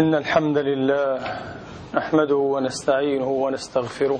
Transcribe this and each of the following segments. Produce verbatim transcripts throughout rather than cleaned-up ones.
إن الحمد لله نحمده ونستعينه ونستغفره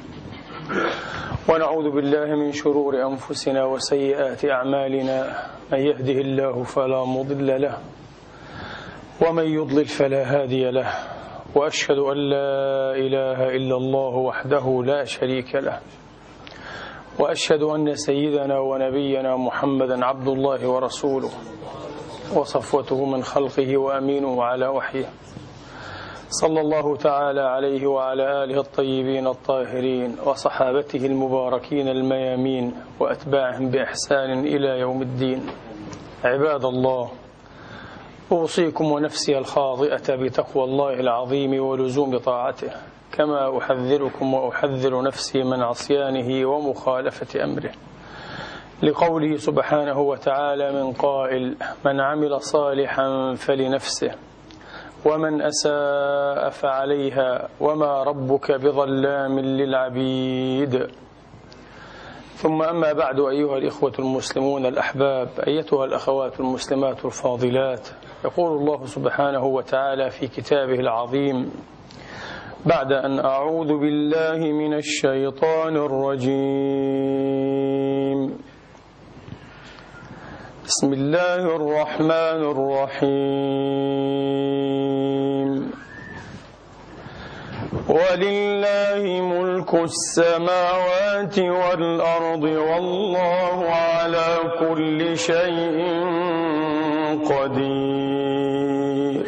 ونعوذ بالله من شرور أنفسنا وسيئات أعمالنا. من يهده الله فلا مضل له ومن يضلل فلا هادي له، وأشهد أن لا إله إلا الله وحده لا شريك له، وأشهد أن سيدنا ونبينا محمدا عبد الله ورسوله وصفوته من خلقه وأمينه على وحيه، صلى الله تعالى عليه وعلى آله الطيبين الطاهرين وصحابته المباركين الميامين وأتباعهم بإحسان إلى يوم الدين. عباد الله، أوصيكم ونفسي الخاطئة بتقوى الله العظيم ولزوم طاعته، كما أحذركم وأحذر نفسي من عصيانه ومخالفة أمره، لقوله سبحانه وتعالى من قائل: من عمل صالحا فلنفسه ومن أساء فعليها وما ربك بظلام للعبيد. ثم أما بعد، أيها الإخوة المسلمون الأحباب، أيتها الأخوات المسلمات الفاضلات، يقول الله سبحانه وتعالى في كتابه العظيم بعد أن أعوذ بالله من الشيطان الرجيم: بسم الله الرحمن الرحيم: ولله ملك السماوات والأرض والله على كل شيء قدير.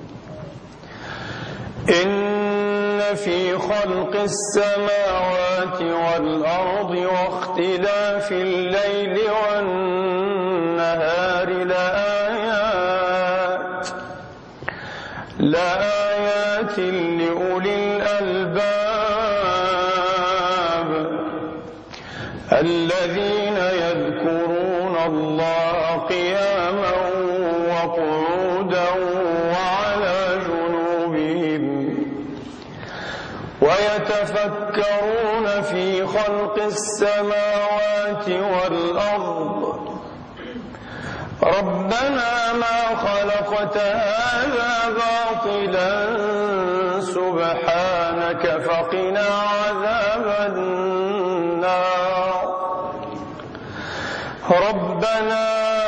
إن في خلق السماوات والأرض واختلاف الليل والنهار لآيات لآيات لأولي الألباب الذين يذكرون الله قياما وقعودا وعلى جنوبهم ويتفكرون في خلق السماوات والأرض ربنا ما خلقت هذا باطلا سبحانك فقنا عذاب النار. ربنا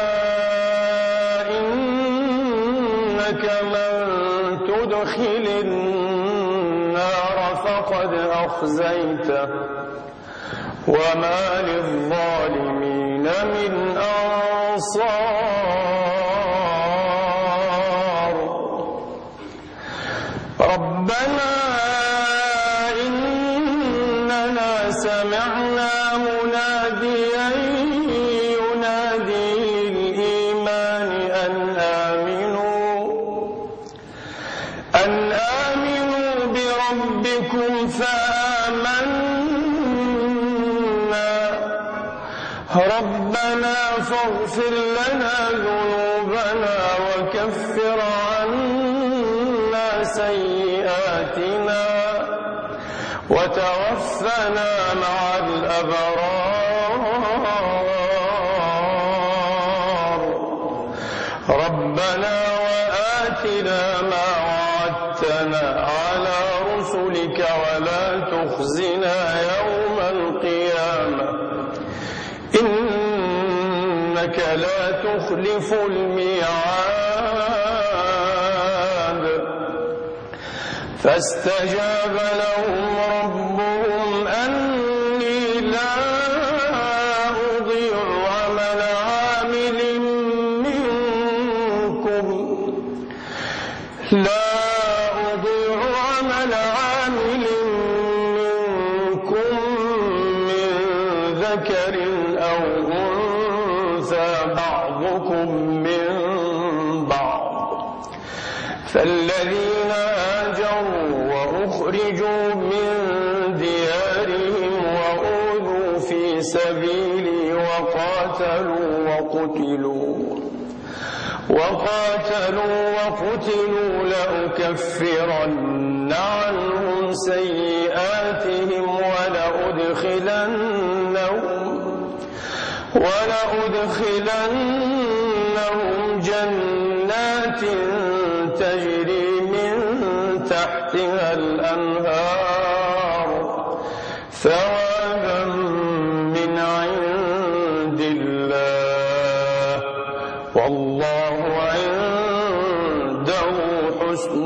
إنك من تدخل النار فقد أخزيته وما للظالمين من أنصار. ربنا إننا سمعنا مناديا ينادي للإيمان أن آمنوا أن آمنوا بربكم فآمنا. ربنا فاغفر لنا ذنوبنا وكفر عنا سيئاتنا وتوفنا مع الأبرار. ربنا وآتنا ما وعدتنا على رسلك ولا تخزنا يوم القيامة إنك لا تخلف الميعاد. فاستجاب لهم ربهم أني لا أضيع عمل عامل منكم لا أضيع عمل عامل منكم من ذكر أو أنثى بعضكم من بعض. فالذين هاجروا وأخرجوا من ديارهم وأوذوا في سبيلي وقاتلوا وقتلوا وقاتلوا وقتلوا لأكفرن عنهم سيئاتهم ولأدخلنهم ولأدخلنهم جنات تجري من ثوابا من عند الله والله عنده حسن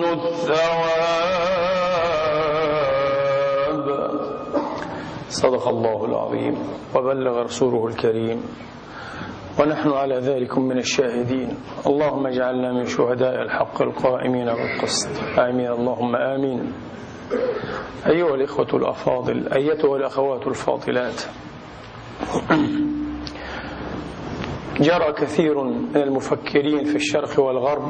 الثواب. صدق الله العظيم وبلغ رسوله الكريم ونحن على ذلك من الشاهدين. اللهم اجعلنا من شهداء الحق القائمين بالقسط. آمين اللهم آمين. أيها الإخوة الأفاضل، أيتها الأخوات الفاضلات، جرى كثير من المفكرين في الشرق والغرب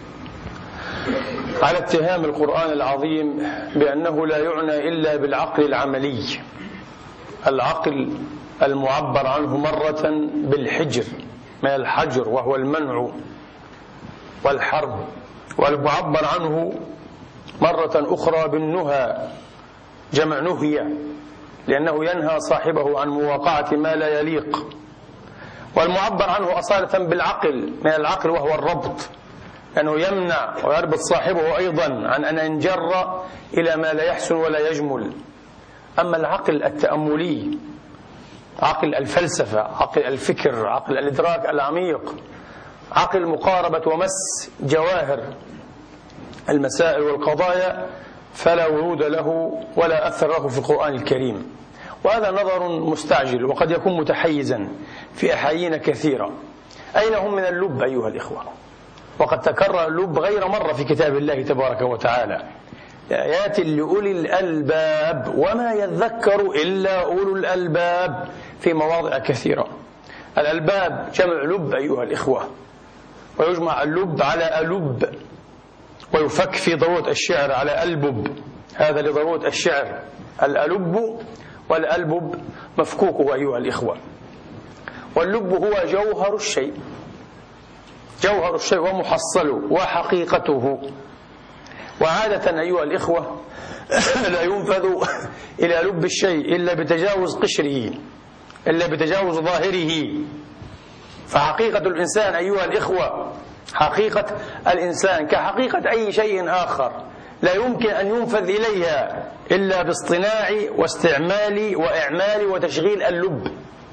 على اتهام القرآن العظيم بأنه لا يعنى إلا بالعقل العملي، العقل المعبر عنه مرة بالحجر من الحجر وهو المنع والحرب، والمعبر عنه مرة أخرى بالنهى جمع نهية لأنه ينهى صاحبه عن مواقعة ما لا يليق، والمعبر عنه أصالة بالعقل من العقل وهو الربط لأنه يمنع ويربط صاحبه أيضا عن أن ينجر إلى ما لا يحسن ولا يجمل. أما العقل التأملي، عقل الفلسفة، عقل الفكر، عقل الإدراك العميق، عقل مقاربة ومس جواهر المسائل والقضايا، فلا ورود له ولا أثر له في القرآن الكريم. وهذا نظر مستعجل وقد يكون متحيزا في أحايين كثيرة. أين هم من اللب أيها الإخوة؟ وقد تكرر اللب غير مرة في كتاب الله تبارك وتعالى، آيات لأولي الألباب وما يذكر إلا أولو الألباب في مواضع كثيرة. الألباب جمع لب أيها الإخوة، ويجمع اللب على ألب، ويفك في ضرورة الشعر على ألبب، هذا لضرورة الشعر، الألب والألبب مفكوكه أيها الإخوة. واللب هو جوهر الشيء، جوهر الشيء ومحصله وحقيقته. وعادة أيها الإخوة لا ينفذ إلى لب الشيء إلا بتجاوز قشره، إلا بتجاوز ظاهره. فحقيقة الإنسان أيها الإخوة، حقيقة الإنسان كحقيقة أي شيء آخر لا يمكن أن ينفذ إليها إلا باصطناع واستعمال وإعمال وتشغيل اللب.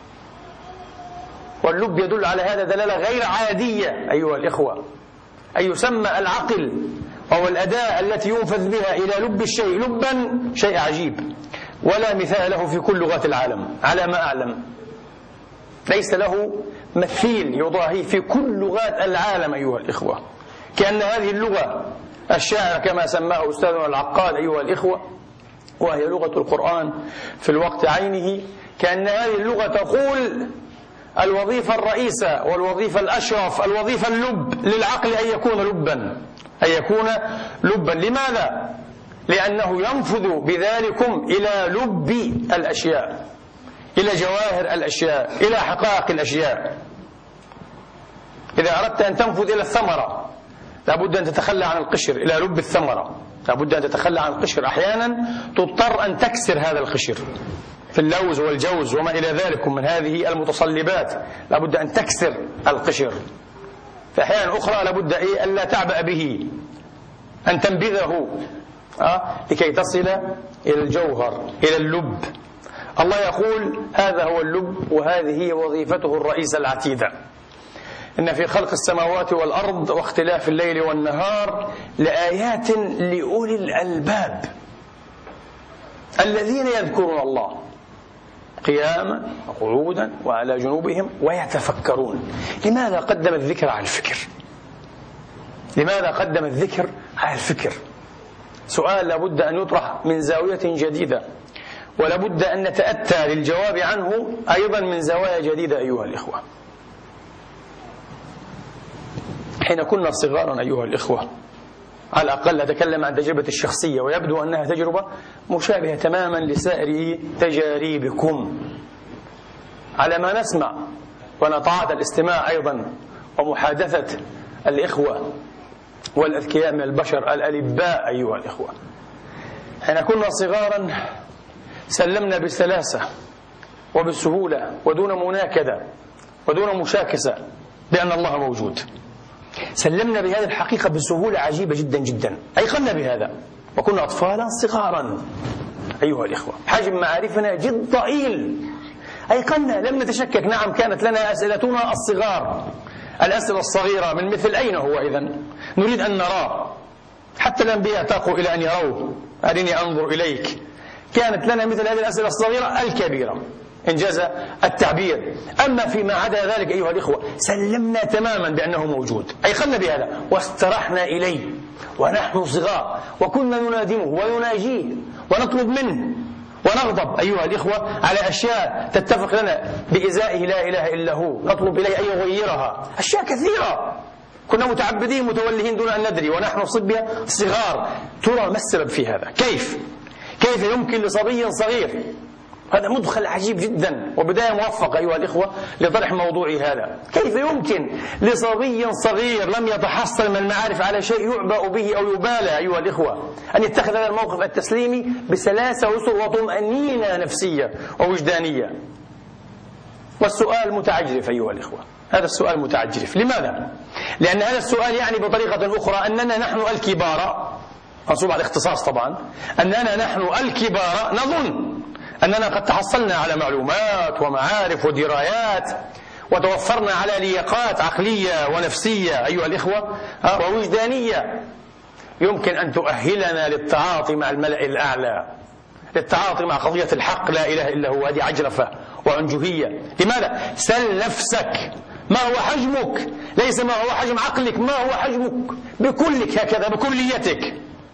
واللب يدل على هذا دلالة غير عادية أيها الإخوة. أي يسمى العقل وهو الأداة التي ينفذ بها إلى لب الشيء لبا شيء عجيب، ولا مثال له في كل لغات العالم على ما أعلم، ليس له مثيل يضاهيه في كل لغات العالم أيها الإخوة. كأن هذه اللغة الشاعر كما سماه أستاذنا العقاد أيها الإخوة، وهي لغة القرآن في الوقت عينه، كأن هذه اللغة تقول الوظيفة الرئيسة والوظيفة الأشرف، الوظيفة اللب للعقل أن يكون لبا، أن يكون لبا. لماذا؟ لأنه ينفذ بذلكم إلى لب الأشياء، إلى جواهر الأشياء، إلى حقائق الأشياء. إذا أردت أن تنفذ إلى الثمرة لابد أن تتخلى عن القشر إلى لب الثمرة، لابد أن تتخلى عن القشر. أحيانا تضطر أن تكسر هذا القشر في اللوز والجوز وما إلى ذلك من هذه المتصلبات، لابد أن تكسر القشر. في أحيان أخرى لابد إيه ألا تعبأ به، أن تنبذه أه؟ لكي تصل إلى الجوهر، إلى اللب. الله يقول هذا هو اللب وهذه هي وظيفته الرئيسة العتيدة. إن في خلق السماوات والأرض واختلاف الليل والنهار لآيات لأولي الألباب الذين يذكرون الله قياما وقعودا وعلى جنوبهم ويتفكرون. لماذا قدم الذكر على الفكر؟ لماذا قدم الذكر على الفكر؟ سؤال لابد أن يطرح من زاوية جديدة، ولابد أن نتأتى للجواب عنه أيضا من زوايا جديدة أيها الإخوة. حين كنا صغارا أيها الإخوة، على الأقل أتكلم عن تجربتي الشخصية ويبدو أنها تجربة مشابهة تماما لسائر تجاربكم، على ما نسمع ونطاعة الاستماع أيضا ومحادثة الإخوة والأذكياء من البشر الألباء أيها الإخوة. حين كنا صغارا سلمنا بالسلاسة وبالسهولة ودون مناكدة ودون مشاكسة بأن الله موجود. سلمنا بهذه الحقيقة بسهولة عجيبة جدا جدا، أيقنا بهذا وكنا أطفالا صغارا أيها الإخوة، حجم معارفنا جد ضئيل. أيقنا، لم نتشكك. نعم، كانت لنا أسئلتنا الصغار، الأسئلة الصغيرة من مثل أين هو إذن؟ نريد أن نراه. حتى الأنبياء تاقوا إلى أن يروه، أرني أنظر إليك. كانت لنا مثل هذه الأسئلة الصغيرة الكبيرة إنجاز التعبير. أما فيما عدا ذلك أيها الإخوة سلمنا تماما بأنه موجود، أيقنا بهذا واسترحنا إليه ونحن صغار، وكنا ننادمه ونناجيه ونطلب منه ونغضب أيها الإخوة على أشياء تتفق لنا بإزائه لا إله إلا هو، نطلب إليه أن يغيرها. أشياء كثيرة كنا متعبدين متولهين دون أن ندري ونحن صبية صغار. ترى ما السبب في هذا؟ كيف كيف يمكن لصبي صغير؟ هذا مدخل عجيب جدا وبداية موفقة أيها الإخوة لطرح موضوعي هذا. كيف يمكن لصبي صغير لم يتحصل من المعارف على شيء يعبأ به أو يبالى أيها الإخوة أن يتخذ هذا الموقف التسليمي بسلاسة ويسر وطمأنينة نفسية ووجدانية؟ والسؤال متعجرف أيها الإخوة، هذا السؤال متعجرف. لماذا؟ لأن هذا السؤال يعني بطريقة أخرى أننا نحن الكبار، منصوب على الاختصاص طبعا، أننا نحن الكبار نظن أننا قد تحصلنا على معلومات ومعارف ودرايات وتوفرنا على لياقات عقلية ونفسية أيها الإخوة ووجدانية يمكن أن تؤهلنا للتعاطي مع الملأ الأعلى، للتعاطي مع قضية الحق لا إله إلا هو. هذه عجرفة وعنجهية. لماذا؟ سل نفسك ما هو حجمك، ليس ما هو حجم عقلك، ما هو حجمك بكلك هكذا بكليتك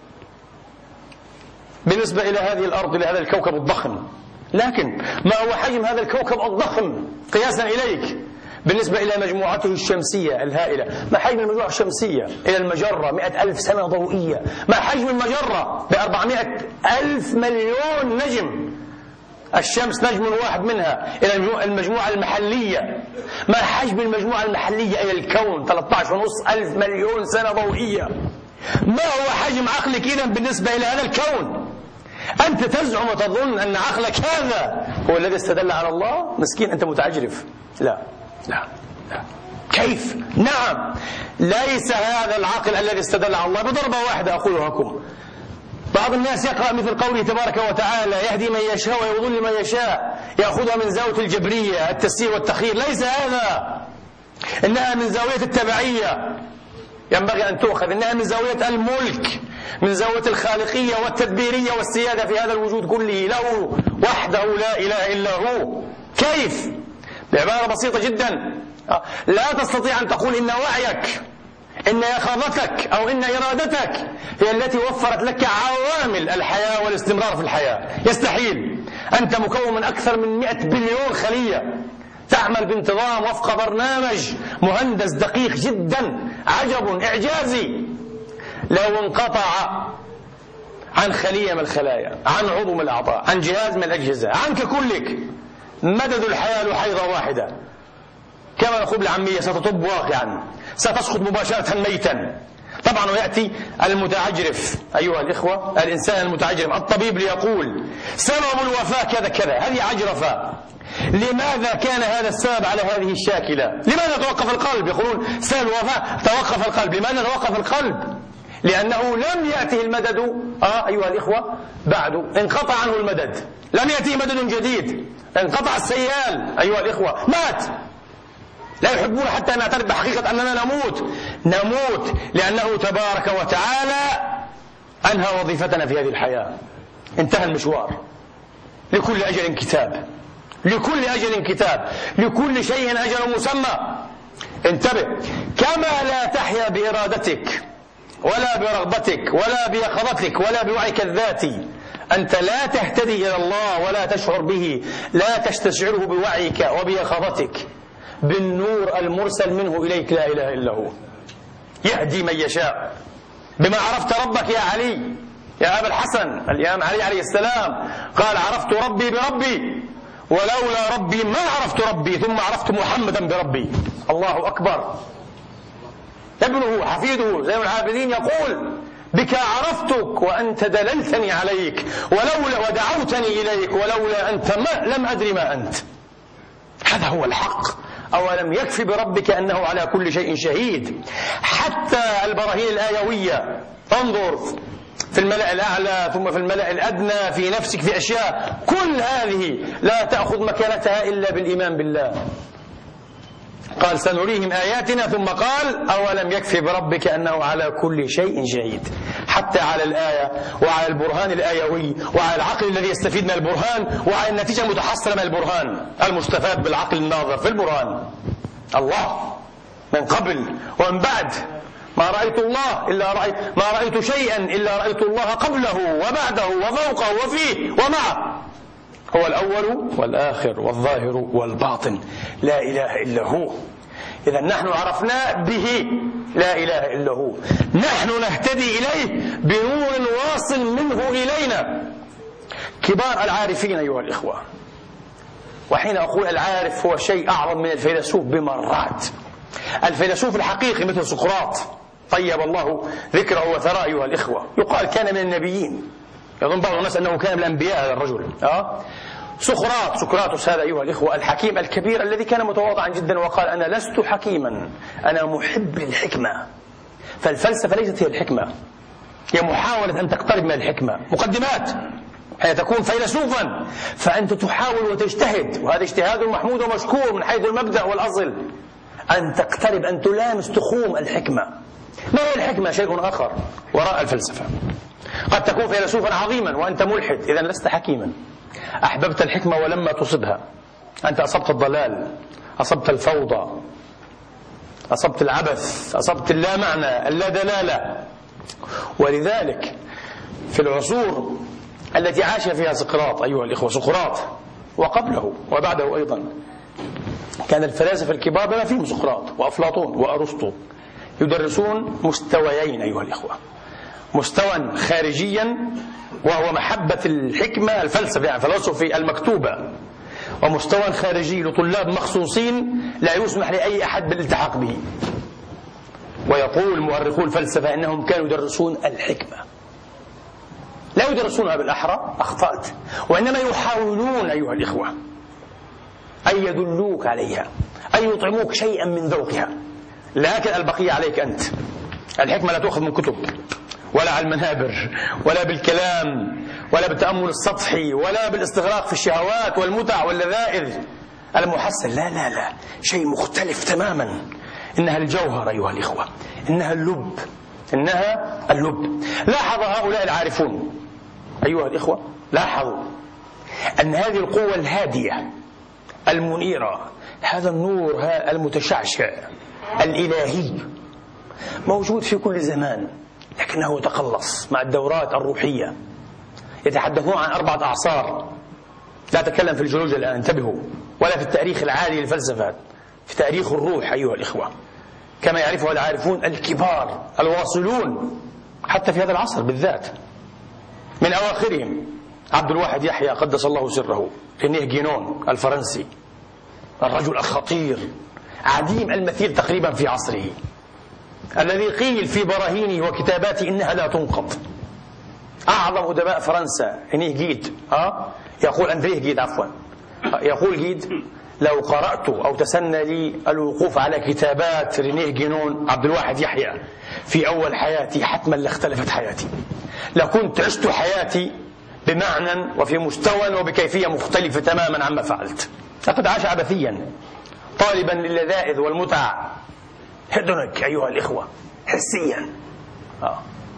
بالنسبة إلى هذه الأرض، إلى هذا الكوكب الضخم. لكن ما هو حجم هذا الكوكب الضخم قياسا إليك بالنسبة إلى مجموعته الشمسية الهائلة؟ ما حجم المجموعة الشمسية إلى المجرة مئة ألف سنة ضوئية؟ ما حجم المجرة بأربعمائة ألف مليون نجم؟ الشمس نجم واحد منها إلى المجموعة المحلية. ما حجم المجموعة المحلية إلى الكون؟ ثلاثة عشر ونصف ألف مليون سنة ضوئية. ما هو حجم عقلك إذن بالنسبة إلى هذا الكون؟ أنت تزعم وتظن أن عقلك هذا هو الذي استدل على الله؟ مسكين أنت متعجرف. لا لا لا. كيف؟ نعم، ليس هذا العقل الذي استدل على الله بضربة واحدة أقولها لكم. بعض الناس يقرأ مثل قوله تبارك وتعالى يهدي من يشاء ويضل من يشاء، يأخذها من زاوية الجبرية التسيير والتخيير. ليس هذا، إنها من زاوية التبعية ينبغي أن تؤخذ، إنها من زاوية الملك، من زاوية الخالقية والتدبيرية والسيادة في هذا الوجود كله، له وحده لا إله إلا هو. كيف؟ بعبارة بسيطة جدا، لا تستطيع أن تقول إن وعيك، إن يقظتك أو إن إرادتك هي التي وفرت لك عوامل الحياة والاستمرار في الحياة. يستحيل. أنت مكون من أكثر من مئة بليون خلية تعمل بانتظام وفق برنامج مهندس دقيق جدا، عجب إعجازي. لو انقطع عن خلية من الخلايا، عن عضو من الأعضاء، عن جهاز من الأجهزة، عنك كلك، مدد الحياة لحيضة واحدة كما نقول بالعامية ستطب واقعا، ستسقط مباشرة ميتا. طبعا ويأتي المتعجرف أيها الإخوة، الإنسان المتعجرف الطبيب ليقول سبب الوفاة كذا كذا. هذه عجرفة. لماذا كان هذا السبب على هذه الشاكلة؟ لماذا توقف القلب؟ يقولون سبب الوفاة توقف القلب. لماذا توقف القلب؟ لأنه لم يأته المدد آه أيها الإخوة بعد، انقطع عنه المدد، لم يأته مدد جديد، انقطع السيال أيها الإخوة، مات. لا يحبون حتى نعترف بحقيقة أننا نموت. نموت لأنه تبارك وتعالى أنهى وظيفتنا في هذه الحياة. انتهى المشوار. لكل أجل كتاب، لكل أجل كتاب، لكل شيء أجل مسمى. انتبه، كما لا تحيا بإرادتك ولا برغبتك ولا بيقظتك ولا بوعيك الذاتي، أنت لا تهتدي إلى الله ولا تشعر به، لا تستشعره بوعيك وبيقظتك، بالنور المرسل منه إليك لا إله إلا هو. يهدي من يشاء. بما عرفت ربك يا علي، يا أبا الحسن الإمام علي عليه السلام قال عرفت ربي بربي، ولولا ربي ما عرفت ربي، ثم عرفت محمدا بربي. الله أكبر. ابنه حفيده زين العابدين يقول بك عرفتك وأنت دللتني عليك، ولولا ودعوتني إليك، ولولا أنت ما لم أدري ما أنت. هذا هو الحق. أولم يكفي بربك أنه على كل شيء شهيد؟ حتى البراهين الآيوية، انظر في الملأ الأعلى ثم في الملأ الأدنى، في نفسك، في أشياء، كل هذه لا تأخذ مكانتها إلا بالإيمان بالله. قال سنريهم آياتنا، ثم قال أولم يكفي بربك أنه على كل شيء شهيد. حتى على الآية وعلى البرهان الآيوي وعلى العقل الذي يستفيد من البرهان وعلى النتيجة المتحصلة من البرهان المستفاد بالعقل الناظر في البرهان. الله من قبل ومن بعد، ما رأيت الله إلا رأيت ما رأيت شيئا إلا رأيت الله قبله وبعده وفوقه وفيه ومعه، هو الأول والآخر والظاهر والباطن، لا إله إلا هو. إذا نحن عرفنا به، لا إله إلا هو، نحن نهتدي إليه بنور واصل منه إلينا. كبار العارفين أيها الإخوة، وحين أقول العارف هو شيء أعظم من الفيلسوف بمرات. الفيلسوف الحقيقي مثل سقراط طيب الله ذكره وثراه أيها الإخوة، يقال كان من النبيين، يظن بعض الناس أنه كان من الأنبياء هذا الرجل. أه؟ سقراط سقراطس هذا أيها الإخوة الحكيم الكبير الذي كان متواضعا جدا وقال أنا لست حكيما، أنا محب للحكمة. فالفلسفة ليست هي الحكمة، هي محاولة أن تقترب من الحكمة، مقدمات. حين تكون فيلسوفا فأنت تحاول وتجتهد، وهذا اجتهاد محمود ومشكور من حيث المبدأ والأصل، أن تقترب، أن تلامس تخوم الحكمة. ما هي الحكمة؟ شيء آخر وراء الفلسفة. قد تكون فيلسوفا عظيما وأنت ملحد، إذن لست حكيما. أحببت الحكمة ولما تصبها أنت أصبت الضلال، أصبت الفوضى، أصبت العبث، أصبت اللا معنى، اللا دلالة. ولذلك في العصور التي عاش فيها سقراط أيها الإخوة، سقراط وقبله وبعده أيضا، كان الفلاسفة الكبار بما فيهم سقراط وأفلاطون وأرسطو يدرسون مستويين أيها الإخوة، مستوى خارجيا وهو محبة الحكمة الفلسفة يعني فلسفي المكتوبة، ومستوى خارجي لطلاب مخصوصين لا يسمح لأي أحد بالالتحاق به. ويقول مؤرخو الفلسفة أنهم كانوا يدرسون الحكمة، لا يدرسونها بالأحرى، أخطأت، وإنما يحاولون أيها الإخوة أن يدلوك عليها، أن يطعموك شيئا من ذوقها، لكن البقية عليك أنت. الحكمة لا تؤخذ من كتب ولا على المنابر ولا بالكلام ولا بالتأمل السطحي ولا بالاستغراق في الشهوات والمتع واللذائذ المحسن، لا لا لا، شيء مختلف تماما. إنها الجوهر أيها الإخوة، إنها اللب، إنها اللب. لاحظ هؤلاء العارفون أيها الإخوة، لاحظوا أن هذه القوة الهادية المنيرة، هذا النور المتشعشع الإلهي موجود في كل زمان، لكنه تقلص مع الدورات الروحية. يتحدثون عن أربعة أعصار، لا أتكلم في الجيولوجيا الآن، انتبهوا، ولا في التاريخ العالي للفلسفة، في تاريخ الروح أيها الإخوة، كما يعرفه العارفون الكبار الواصلون حتى في هذا العصر بالذات. من أواخرهم عبد الواحد يحيى قدس الله سره، رينيه جينون الفرنسي، الرجل الخطير عديم المثيل تقريبا في عصره، الذي قيل في براهينه وكتاباته إنها لا تنقض. أعظم أدباء فرنسا رينيه جيد، ها يقول أندريه جيد عفوا يقول جيد لو قرأت أو تسنى لي الوقوف على كتابات رينيه جينون عبد الواحد يحيى في أول حياتي حتما لاختلفت حياتي، لكنت عشت حياتي بمعنى وفي مستوى وبكيفية مختلفة تماما عما فعلت. لقد عاش عبثيا طالبا للذائذ والمتع، هدنك أيها الإخوة حسيا. آه.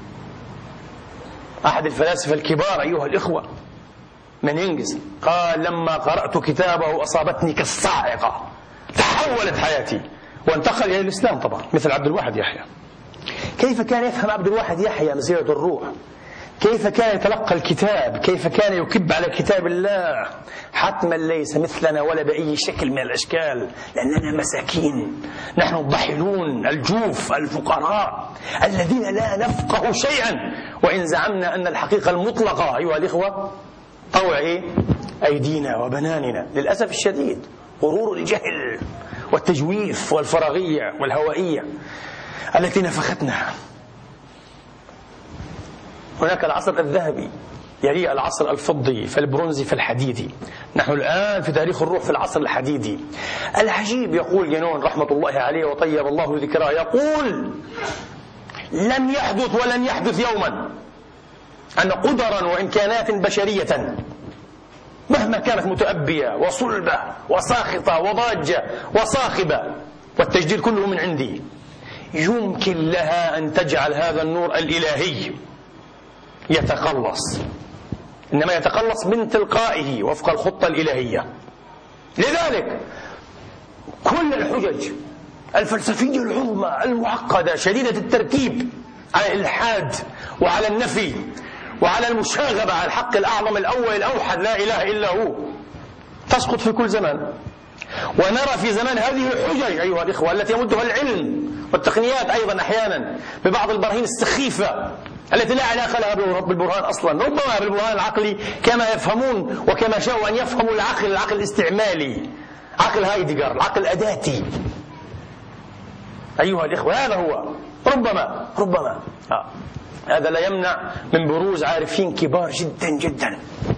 أحد الفلاسفة الكبار أيها الإخوة من ينجز قال لما قرأت كتابه أصابتني كالصاعقة، تحولت حياتي، وانتقل إلى الإسلام طبعا مثل عبد الواحد يحيى. كيف كان يفهم عبد الواحد يحيى مسيرة الروح؟ كيف كان يتلقى الكتاب؟ كيف كان يكب على كتاب الله؟ حتما ليس مثلنا ولا بأي شكل من الأشكال، لأننا مساكين، نحن الضحلون الجوف الفقراء الذين لا نفقه شيئا، وإن زعمنا أن الحقيقة المطلقة أيها الإخوة طوع إيه؟ أيدينا وبناننا. للأسف الشديد غرور الجهل والتجويف والفراغية والهوائية التي نفختنا. هناك العصر الذهبي يلي العصر الفضي فالبرونزي فالحديدي، نحن الآن في تاريخ الروح في العصر الحديدي. العجيب يقول جنون رحمة الله عليه وطيب الله ذكراه، يقول لم يحدث ولن يحدث يوما أن قدرا وإمكانات بشرية مهما كانت متأبية وصلبة وساخطة وضاجة وصاخبة، والتجديد كله من عندي، يمكن لها أن تجعل هذا النور الإلهي يتقلص، إنما يتقلص من تلقائه وفق الخطة الإلهية. لذلك كل الحجج الفلسفية العظمى المعقدة شديدة التركيب على الإلحاد وعلى النفي وعلى المشاغبة على الحق الأعظم الأول الأوحد لا إله إلا هو تسقط في كل زمان. ونرى في زمان هذه الحجج أيها الإخوة التي يمدها العلم والتقنيات أيضا أحيانا ببعض البراهين السخيفة التي لا علاقة لها بالبرهان أصلا، ربما بالبرهان العقلي كما يفهمون وكما شاءوا أن يفهموا العقل، العقل الاستعمالي، عقل هايدغر، العقل الأداتي. أيها الإخوة هذا هو ربما ربما آه. هذا لا يمنع من بروز عارفين كبار جدا جدا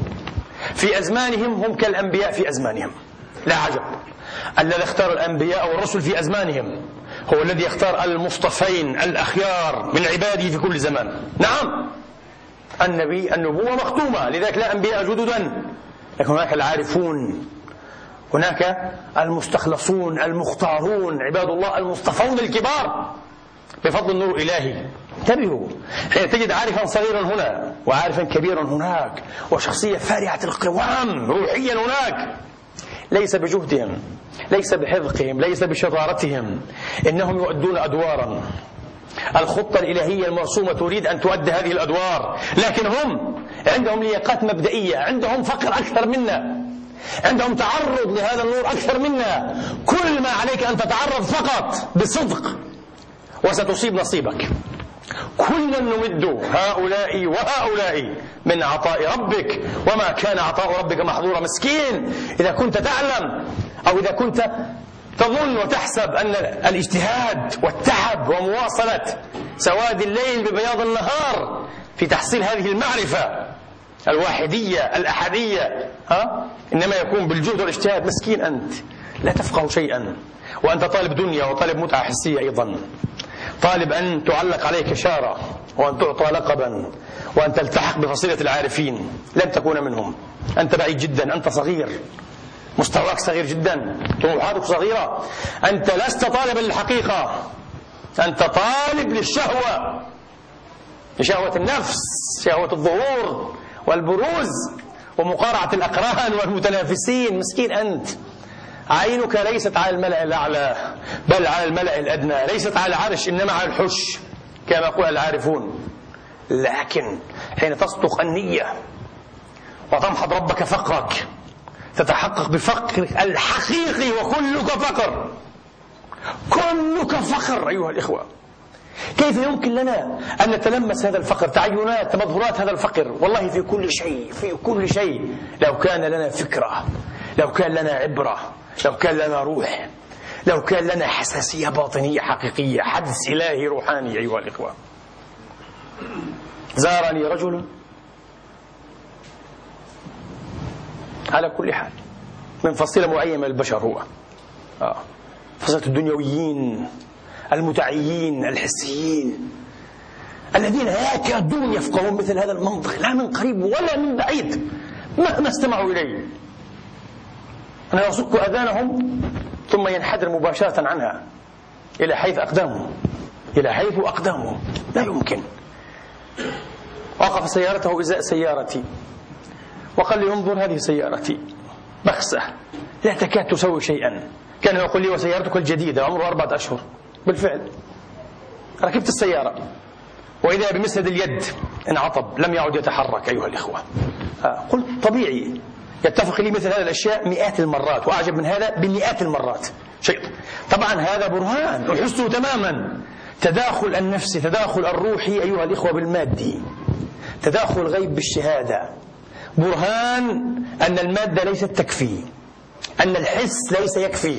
في أزمانهم، هم كالأنبياء في أزمانهم. لا عجب الذي اختار الأنبياء والرسل في أزمانهم هو الذي يختار المصطفين الأخيار من عباده في كل زمان. نعم النبي النبوة مختومة، لذلك لا أنبياء جددا، لكن هناك العارفون، هناك المستخلصون المختارون عباد الله المصطفون الكبار بفضل النور الإلهي. انتبهوا حين تجد عارفا صغيرا هنا وعارفا كبيرا هناك وشخصية فارعة القوام روحيا هناك، ليس بجهدهم، ليس بحذقهم، ليس بشطارتهم، إنهم يؤدون أدوارا. الخطة الإلهية المرسومة تريد أن تؤدي هذه الأدوار، لكن هم عندهم لياقات مبدئية، عندهم فقر أكثر منا، عندهم تعرض لهذا النور أكثر منا. كل ما عليك أن تتعرض فقط بصدق وستصيب نصيبك. كلا نمد هؤلاء وهؤلاء من عطاء ربك وما كان عطاء ربك محظورا. مسكين إذا كنت تعلم أو إذا كنت تظن وتحسب أن الاجتهاد والتعب ومواصلة سواد الليل ببياض النهار في تحصيل هذه المعرفة الواحدية الأحدية ها؟ إنما يكون بالجهد والاجتهاد، مسكين أنت لا تفقه شيئا، وأنت طالب دنيا وطالب متعة حسية أيضا، طالب أن تعلق عليك شارة وأن تعطى لقبا وأن تلتحق بفصيلة العارفين. لن تكون منهم، أنت بعيد جدا، أنت صغير، مستواك صغير جدا، طموحاتك صغيرة، أنت لست طالبا للحقيقة، أنت طالب للشهوة، لشهوة النفس، شهوة الظهور والبروز ومقارعة الأقران والمتنافسين. مسكين أنت، عينك ليست على الملأ الأعلى بل على الملأ الأدنى، ليست على العرش إنما على الحش كما يقول العارفون. لكن حين تصدق النية وتمحض ربك فقرك تتحقق بفقرك الحقيقي، وكلك فقر، كلك فقر أيها الإخوة. كيف يمكن لنا أن نتلمس هذا الفقر؟ تعينات مظهرات هذا الفقر والله في كل شيء، في كل شيء. لو كان لنا فكرة، لو كان لنا عبرة، لو كان لنا روح، لو كان لنا حساسية باطنية حقيقية، حدث إلهي روحاني أيها الإخوة. زارني رجل على كل حال من فصيلة معينة من البشر، هو آه. فصيلة الدنيويين المتعيين الحسيين الذين لا يكادون يفقهون مثل هذا المنطق، لا من قريب ولا من بعيد مهما استمعوا إليه. أنا يصك أذانهم ثم ينحدر مباشرة عنها إلى حيث أقدامه، إلى حيث أقدامه، لا يمكن. وقف سيارته إزاء سيارتي وقال لي انظر هذه سيارتي بخسة لا تكاد تسوي شيئا. كان يقول لي وسيارتك الجديدة عمره أربعة أشهر. بالفعل ركبت السيارة وإذا بمسند اليد انعطب لم يعد يتحرك أيها الإخوة. قلت طبيعي، يتفق لي مثل هذه الأشياء مئات المرات وأعجب من هذا بمئات المرات. شيء طبعا هذا برهان أحسه تماما، تداخل النفس، تداخل الروحي أيها الإخوة بالمادي، تداخل الغيب بالشهادة. برهان أن المادة ليست تكفي، أن الحس ليس يكفي.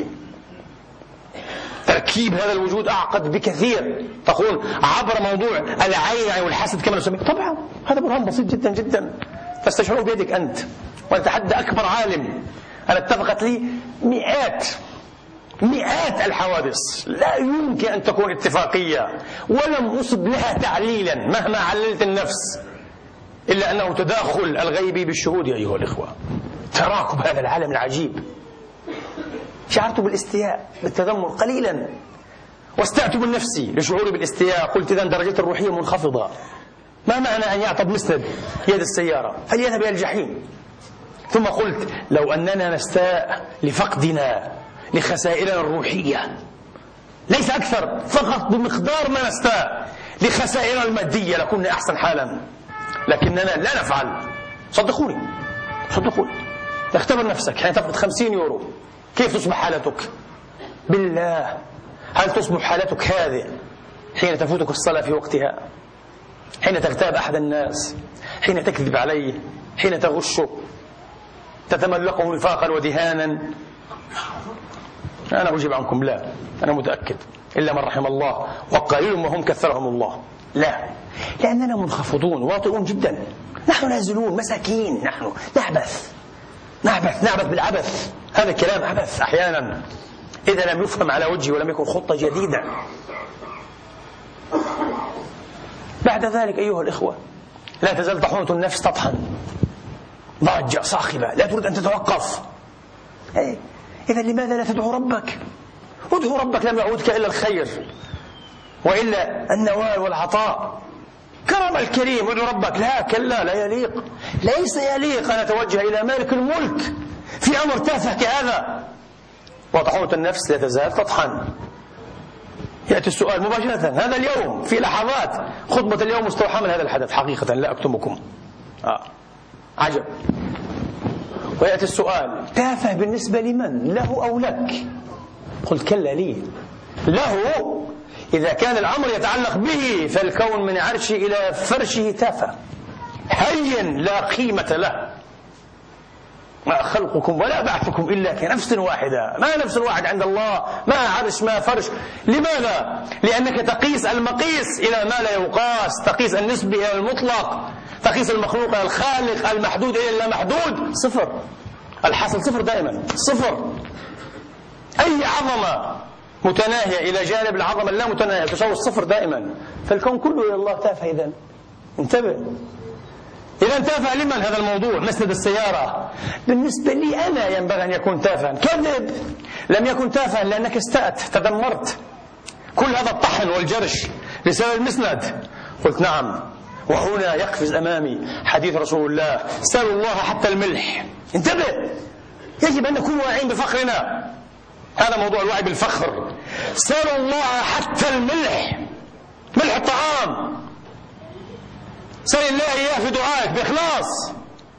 تركيب هذا الوجود أعقد بكثير. تقول عبر موضوع العين والحسد كما نسميه، طبعا هذا برهان بسيط جدا جدا تستشعره بيدك أنت. ونتحدى أكبر عالم، أنا اتفقت لي مئات مئات الحوادث لا يمكن أن تكون اتفاقية ولم أصب لها تعليلا مهما عللت النفس. إلا أنه تداخل الغيب بالشهود يا أيها الإخوة. تراكم هذا العالم العجيب. شعرت بالاستياء بالتذمر قليلا، واستأت من نفسي لشعوري بالاستياء. قلت إذن درجتي الروحية منخفضة. ما معنى أن يعطب مسند يد السيارة؟ فليذهب إلى الجحيم. ثم قلت لو أننا نستاء لفقدنا لخسائرنا الروحية، ليس أكثر، فقط بمقدار ما نستاء لخسائرنا المادية لكنا أحسن حالا، لكننا لا نفعل. صدقوني صدقوني، اختبر نفسك حين تفقد خمسين يورو كيف تصبح حالتك؟ بالله هل تصبح حالتك هذه حين تفوتك الصلاة في وقتها، حين تغتاب أحد الناس، حين تكذب عليه، حين تغشه، تتملقه نفاقا ودهانا؟ أنا أجيب عنكم لا، أنا متأكد إلا من رحم الله وقليل ما هم كثرهم الله. لا، لأننا منخفضون واطئون جدا. نحن نازلون مساكين، نحن نعبث نعبث نعبث بالعبث. هذا الكلام عبث أحيانا إذا لم يفهم على وجهه ولم يكن خطة جديدة. بعد ذلك أيها الإخوة لا تزال طحونة النفس تطحن، ضاجة صاخبة لا تريد أن تتوقف. إذا لماذا لا تدعو ربك؟ ادعو ربك، لم يعودك إلا الخير وإلا النوال والعطاء. كرم الكريم، ادعو ربك. لا كلا، لا يليق، ليس يليق أن أتوجه إلى مالك الملك في أمر تافه كهذا. وطحونة النفس لا تزال تطحن. يأتي السؤال مباشرة هذا اليوم في لحظات، خطبة اليوم مستوحاة من هذا الحدث حقيقة لا أكتمكم. آه. عجب. ويأتي السؤال تافه بالنسبة لمن؟ له أو لك؟ قلت كلا لي. له إذا كان الأمر يتعلق به، فالكون من عرشه إلى فرشه تافه هين لا قيمة له. ما خلقكم ولا بعثكم إلا كنفس واحدة. ما نفس واحد عند الله، ما عرش ما فرش. لماذا؟ لأنك تقيس المقيس إلى ما لا يقاس، تقيس النسبة إلى المطلق، تقيس المخلوق إلى الخالق، المحدود إلى اللامحدود. صفر، الحاصل صفر دائما، صفر. أي عظمة متناهية إلى جانب العظمة اللا متناهية تساوي الصفر دائما. فالكون كله إلى الله تافه. إذن انتبه. إذا تافه لمن هذا الموضوع؟ مسند السيارة بالنسبة لي أنا ينبغي أن يكون تافها. كذب، لم يكن تافها لأنك استأت، تدمرت. كل هذا الطحن والجرش بسبب المسند. قلت نعم. وهنا يقفز أمامي حديث رسول الله سألوا الله حتى الملح. انتبه، يجب أن نكون واعين بفخرنا. هذا موضوع الوعي بالفخر. سألوا الله حتى الملح، ملح الطعام. سأل الله إياه في دعائك بإخلاص.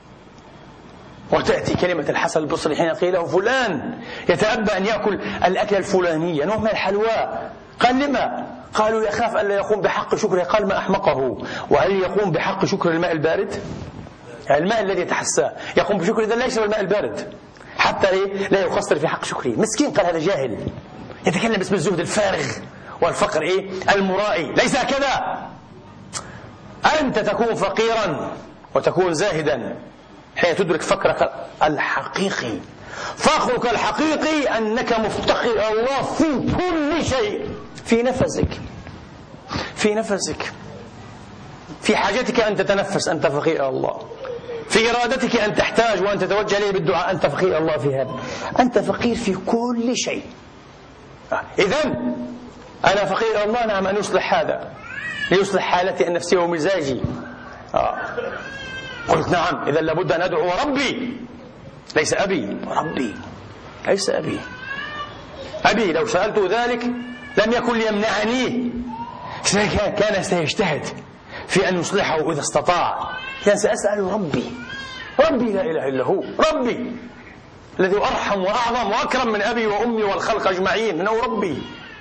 وتأتي كلمة الحسن البصري حين قيل له فلان يتأبى أن يأكل الأكل الفلانية نوع من الحلوى. قال لما؟ قالوا يخاف أن لا يقوم بحق شكره. قال ما أحمقه. وهل يقوم بحق شكر الماء البارد؟ الماء الذي يتحسى يقوم بشكر، إذا لا يشرب الماء البارد حتى إيه؟ لا يقصر في حق شكره. مسكين. قال هذا جاهل يتكلم باسم الزهد الفارغ والفقر إيه؟ المرائي. ليس هكذا. أنت تكون فقيرا وتكون زاهدا حين تدرك فقرك الحقيقي. فقرك الحقيقي أنك مفتقر الله في كل شيء، في نفسك، في نفسك، في حاجتك أن تتنفس أنت فقير الله، في إرادتك أن تحتاج وأن تتوجه إليه بالدعاء أنت فقير الله في هذا. أنت فقير في كل شيء. إذن أنا فقير الله. نعم، أن يصلح هذا ليصلح حالتي النفسية ومزاجي. آه. قلت نعم، إذا لابد أن أدعو ربي، ليس أبي، ربي ليس أبي. أبي لو سألت ذلك لم يكن ليمنعني، كان سيجتهد في أن يصلحه إذا استطاع. كان سأسأل ربي، ربي لا إله إلا هو، ربي الذي أرحم وأعظم وأكرم من أبي وأمي والخلق أجمعين، إنه ربي.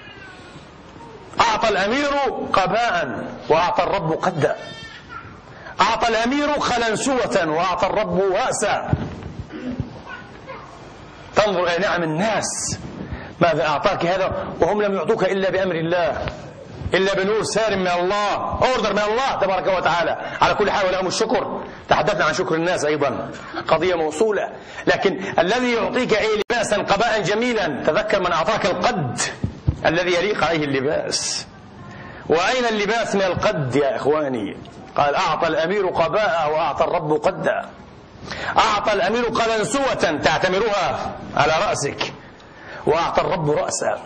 أعطى الأمير قباء وأعطى الرب قدا. أعطى الأمير خلنسوة وأعطى الرب وأسا. تنظر إلى نعم الناس، ماذا أعطاك هذا وهم لم يعطوك إلا بأمر الله، إلا بنور سار من الله، أوردر من الله تبارك وتعالى. على كل حال ولهم الشكر. تحدثنا عن شكر الناس أيضا، قضية موصولة. لكن الذي يعطيك أي لباسا قباء جميلا، تذكر من أعطاك القد الذي يليق عليه اللباس. وأين اللباس من القد يا إخواني؟ قال أعطى الأمير قباء وأعطى الرب قدا. أعطى الأمير قلنسوة تعتمرها على رأسك، وأعطى الرب رأسا.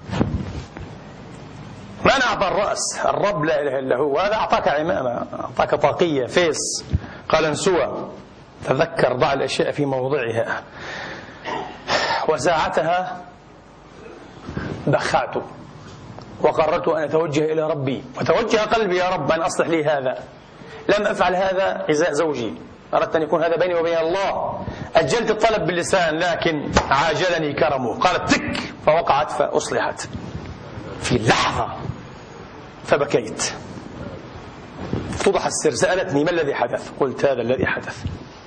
من أعطى الرأس؟ الرب لا إله إلا هو. هذا أعطاك عمامة، أعطاك طاقية، فيس، قلنسوة. تذكر، ضع الأشياء في موضعها. وساعتها بخعت وقررت أن أتوجه إلى ربي، وتوجه قلبي يا رب أن أصلح لي هذا. لم أفعل هذا إزاء زوجي، أردت أن يكون هذا بيني وبين الله. أجلت الطلب باللسان لكن عاجلني كرمه. قالت تك، فوقعت فأصلحت في لحظة. فبكيت. اتضح السر. سألتني ما الذي حدث؟ قلت هذا الذي حدث.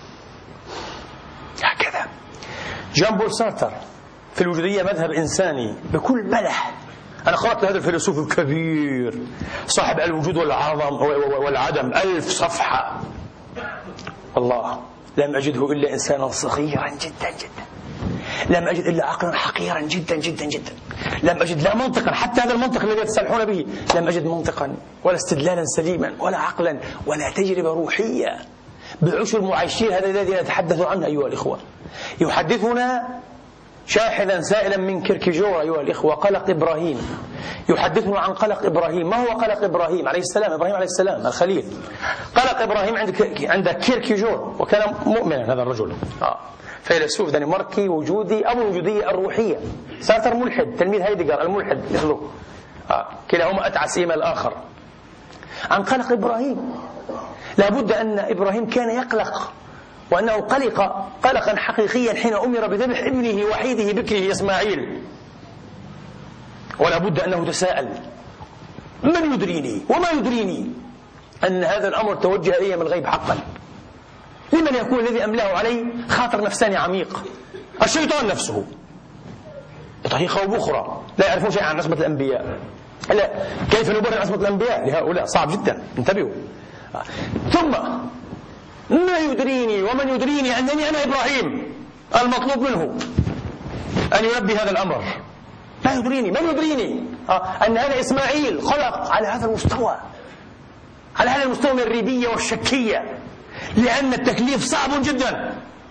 هكذا جان بول سارتر في الوجودية مذهب إنساني بكل بلح. أنا قرأت هذا الفيلسوف الكبير صاحب الوجود والعظم والعدم، ألف صفحة. الله، لم أجده إلا إنسانا صغيرا جدا جدا، لم أجد إلا عقلا حقيرا جدا جدا جدا، لم أجد لا منطقا، حتى هذا المنطق الذي يتسلحون به لم أجد منطقا ولا استدلالا سليما ولا عقلا ولا تجربة روحية بعشر معايشين. هذا الذي نتحدث عنه أيها الإخوة. يحدثنا شاحذا سائلا من كيركيجور أيها الإخوة قلق إبراهيم، يحدثنا عن قلق إبراهيم. ما هو قلق إبراهيم عليه السلام؟ إبراهيم عليه السلام الخليل. قلق إبراهيم عند عند كيركيجور، وكان مؤمنا هذا الرجل، آه. فيلسوف دنماركي وجودي أو الوجودية الروحية. سارتر ملحد، تلميذ هايدغر الملحد مثله، آه. كلاهما أتعس إيما الآخر. عن قلق إبراهيم، لابد أن إبراهيم كان يقلق، وأنه قلق قلقا حقيقيا حين أمر بذبح ابنه وحيده بكره إسماعيل. ولا بد أنه تساءل من يدريني وما يدريني أن هذا الأمر توجه إلي من الغيب حقا. لمن يكون الذي أملاه عليه خاطر نفساني عميق؟ الشيطان نفسه بطريقة أو بأخرى لا يعرفون شيئا عن عصمة الأنبياء. لا، كيف نبرر عصمة الأنبياء لهؤلاء؟ صعب جدا، انتبهوا. ثم ما يدريني ومن يدريني أنني أنا إبراهيم المطلوب منه أن ينبي هذا الأمر. ما يدريني، من يدريني أن هذا إسماعيل خلق على هذا المستوى، على هذا المستوى من الريبية والشكية، لأن التكليف صعب جدا.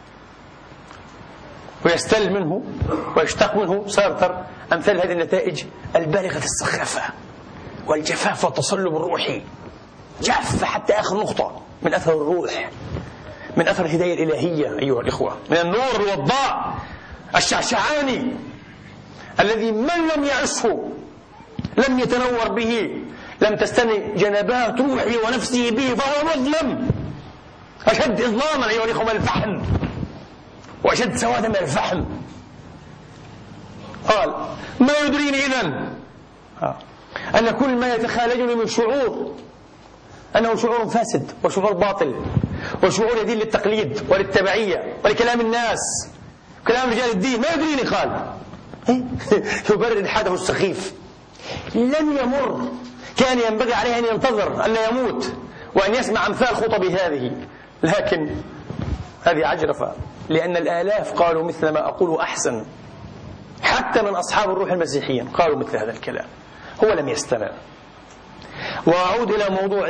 ويستل منه ويشتق منه سارتر أمثال هذه النتائج البالغة السخافة والجفاف والتصلب الروحي. جاف حتى آخر نقطة من أثر الروح، من أثر الهداية الإلهية أيها الإخوة، من النور والضاء الشعشعاني الذي من لم يعشه لم يتنور به، لم تستني جنبات روحي ونفسه به، فهو مظلم أشد إظلاما أيها الإخوة من الفحم، وأشد سوادا من الفحم. قال ما يدريني إذن أن كل ما يتخالجني من شعور أنه شعور فاسد وشعور باطل وشعور يدين للتقليد وللتبعية ولكلام الناس كلام رجال الدين. ما يدريني، قال يبرر إلحاده السخيف. لن يمر، كان ينبغي عليه أن ينتظر أن لا يموت وأن يسمع أمثال خطبي هذه، لكن هذه عجرفة، لأن الآلاف قالوا مثل ما أقول أحسن، حتى من أصحاب الروح المسيحيين قالوا مثل هذا الكلام. هو لم يستمع. وأعود إلى موضوع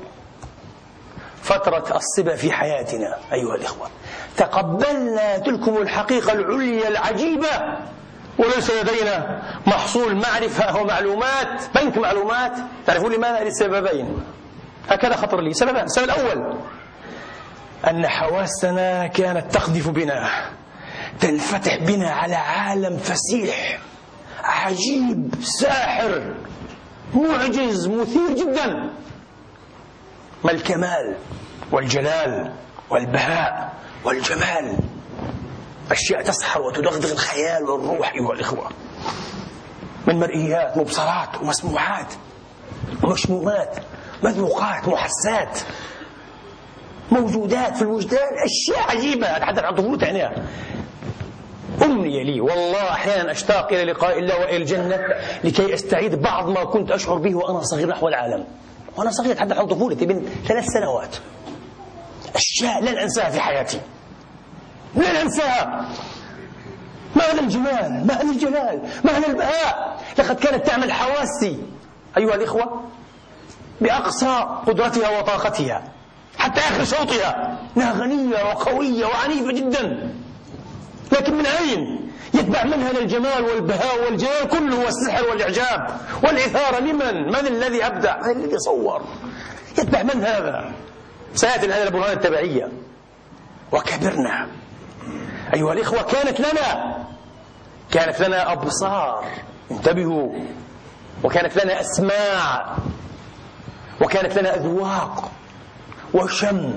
فترة الصبا في حياتنا أيها الإخوة. تقبلنا تلكم الحقيقة العليا العجيبة، وليس لدينا محصول معرفة ومعلومات، بنك معلومات. تعرفون لماذا؟ لسببين هكذا خطر لي. سببان. السبب الأول أن حواسنا كانت تقذف بنا، تنفتح بنا على عالم فسيح عجيب ساحر معجز مثير جدا. ما الكمال والجلال والبهاء والجمال، أشياء تسحر وتدغدغ الخيال والروح أيها الإخوة، من مرئيات مبصرات ومسموعات ومشمومات، مذوقات، محسات، موجودات في الوجدان، أشياء عجيبة أتحدث عن طفولة عينيها. أمنية لي والله أحيانا أشتاق إلى لقاء الله وإلى الجنة لكي أستعيد بعض ما كنت أشعر به وأنا صغير نحو العالم. وأنا صغير أتحدث عن طفولتي من ثلاث سنوات، أشياء لن أنساها في حياتي، لن أنساها. ما هذا الجمال، ما هذا الجلال، ما هذا البهاء. لقد كانت تعمل حواسي أيها الإخوة بأقصى قدرتها وطاقتها حتى آخر شوطها، إنها غنية وقوية وعنيفة جدا، لكن من أين يتبع منها الجمال والبهاء والجلال كله والسحر والإعجاب والإثارة؟ لمن؟ من الذي أبدع؟ من الذي صور؟ يتبع من هذا؟ سيأتي هذا البرهان التبعية. وكبرنا أيها الإخوة، كانت لنا كانت لنا أبصار، انتبهوا، وكانت لنا أسماع، وكانت لنا أذواق وشم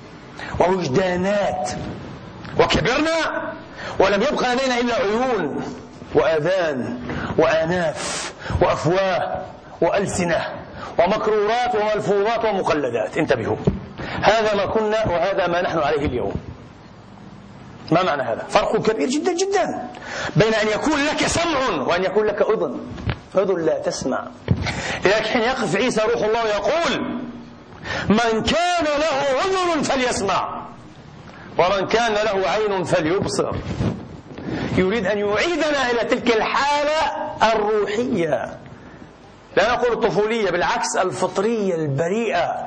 ووجدانات، وكبرنا ولم يبقى لدينا إلا عيون وآذان وآناف وأفواه وألسنة ومكرورات وملفوظات ومقلدات. انتبهوا، هذا ما كنا وهذا ما نحن عليه اليوم. ما معنى هذا؟ فرق كبير جدا جدا بين أن يكون لك سمع وأن يكون لك أذن. أذن لا تسمع. لذلك حين يقف عيسى روح الله يقول: من كان له أذن فليسمع ومن كان له عين فليبصر. يريد أن يعيدنا إلى تلك الحالة الروحية، لا نقول الطفولية، بالعكس الفطرية البريئة،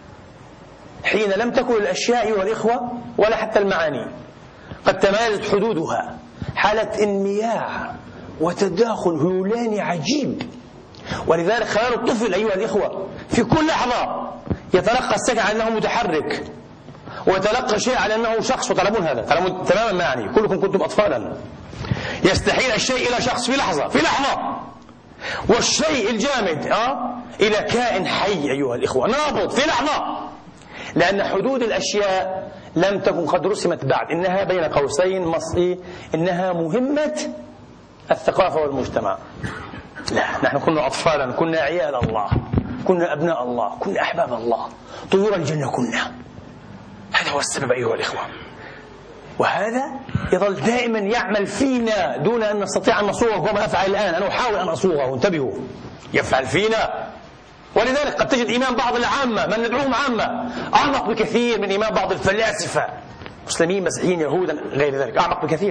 حين لم تكن الأشياء والإخوة ولا حتى المعاني قد تميزت حدودها، حالة انمياع وتداخل هيولاني عجيب. ولذلك خيال الطفل أيها الإخوة في كل لحظة يتلقى السكع على أنه متحرك، ويتلقى شيء على أنه شخص، وتعلمون هذا، تعلمون تماما ما يعني، كلكم كنتم أطفالا. يستحيل الشيء إلى شخص في لحظة في لحظة، والشيء الجامد أه؟ إلى كائن حي أيها الإخوة نابض في لحظة، لأن حدود الأشياء لم تكن قد رسمت بعد. إنها بين قوسين مصري، إنها مهمة الثقافة والمجتمع. لا، نحن كنا أطفالا، كنا عيال الله، كنا أبناء الله، كنا أحباب الله، طيور الجنة كنا. هذا هو السبب أيها الإخوة، وهذا يظل دائما يعمل فينا دون أن نستطيع أن نصوغه كما أفعل الآن. أنا أحاول أن أصوغه، انتبهوا، يفعل فينا. ولذلك قد تجد إيمان بعض العامة، من ندعوهم عامة، أعمق بكثير من إيمان بعض الفلاسفة، مسلمين مسيحيين يهودا غير ذلك، أعمق بكثير.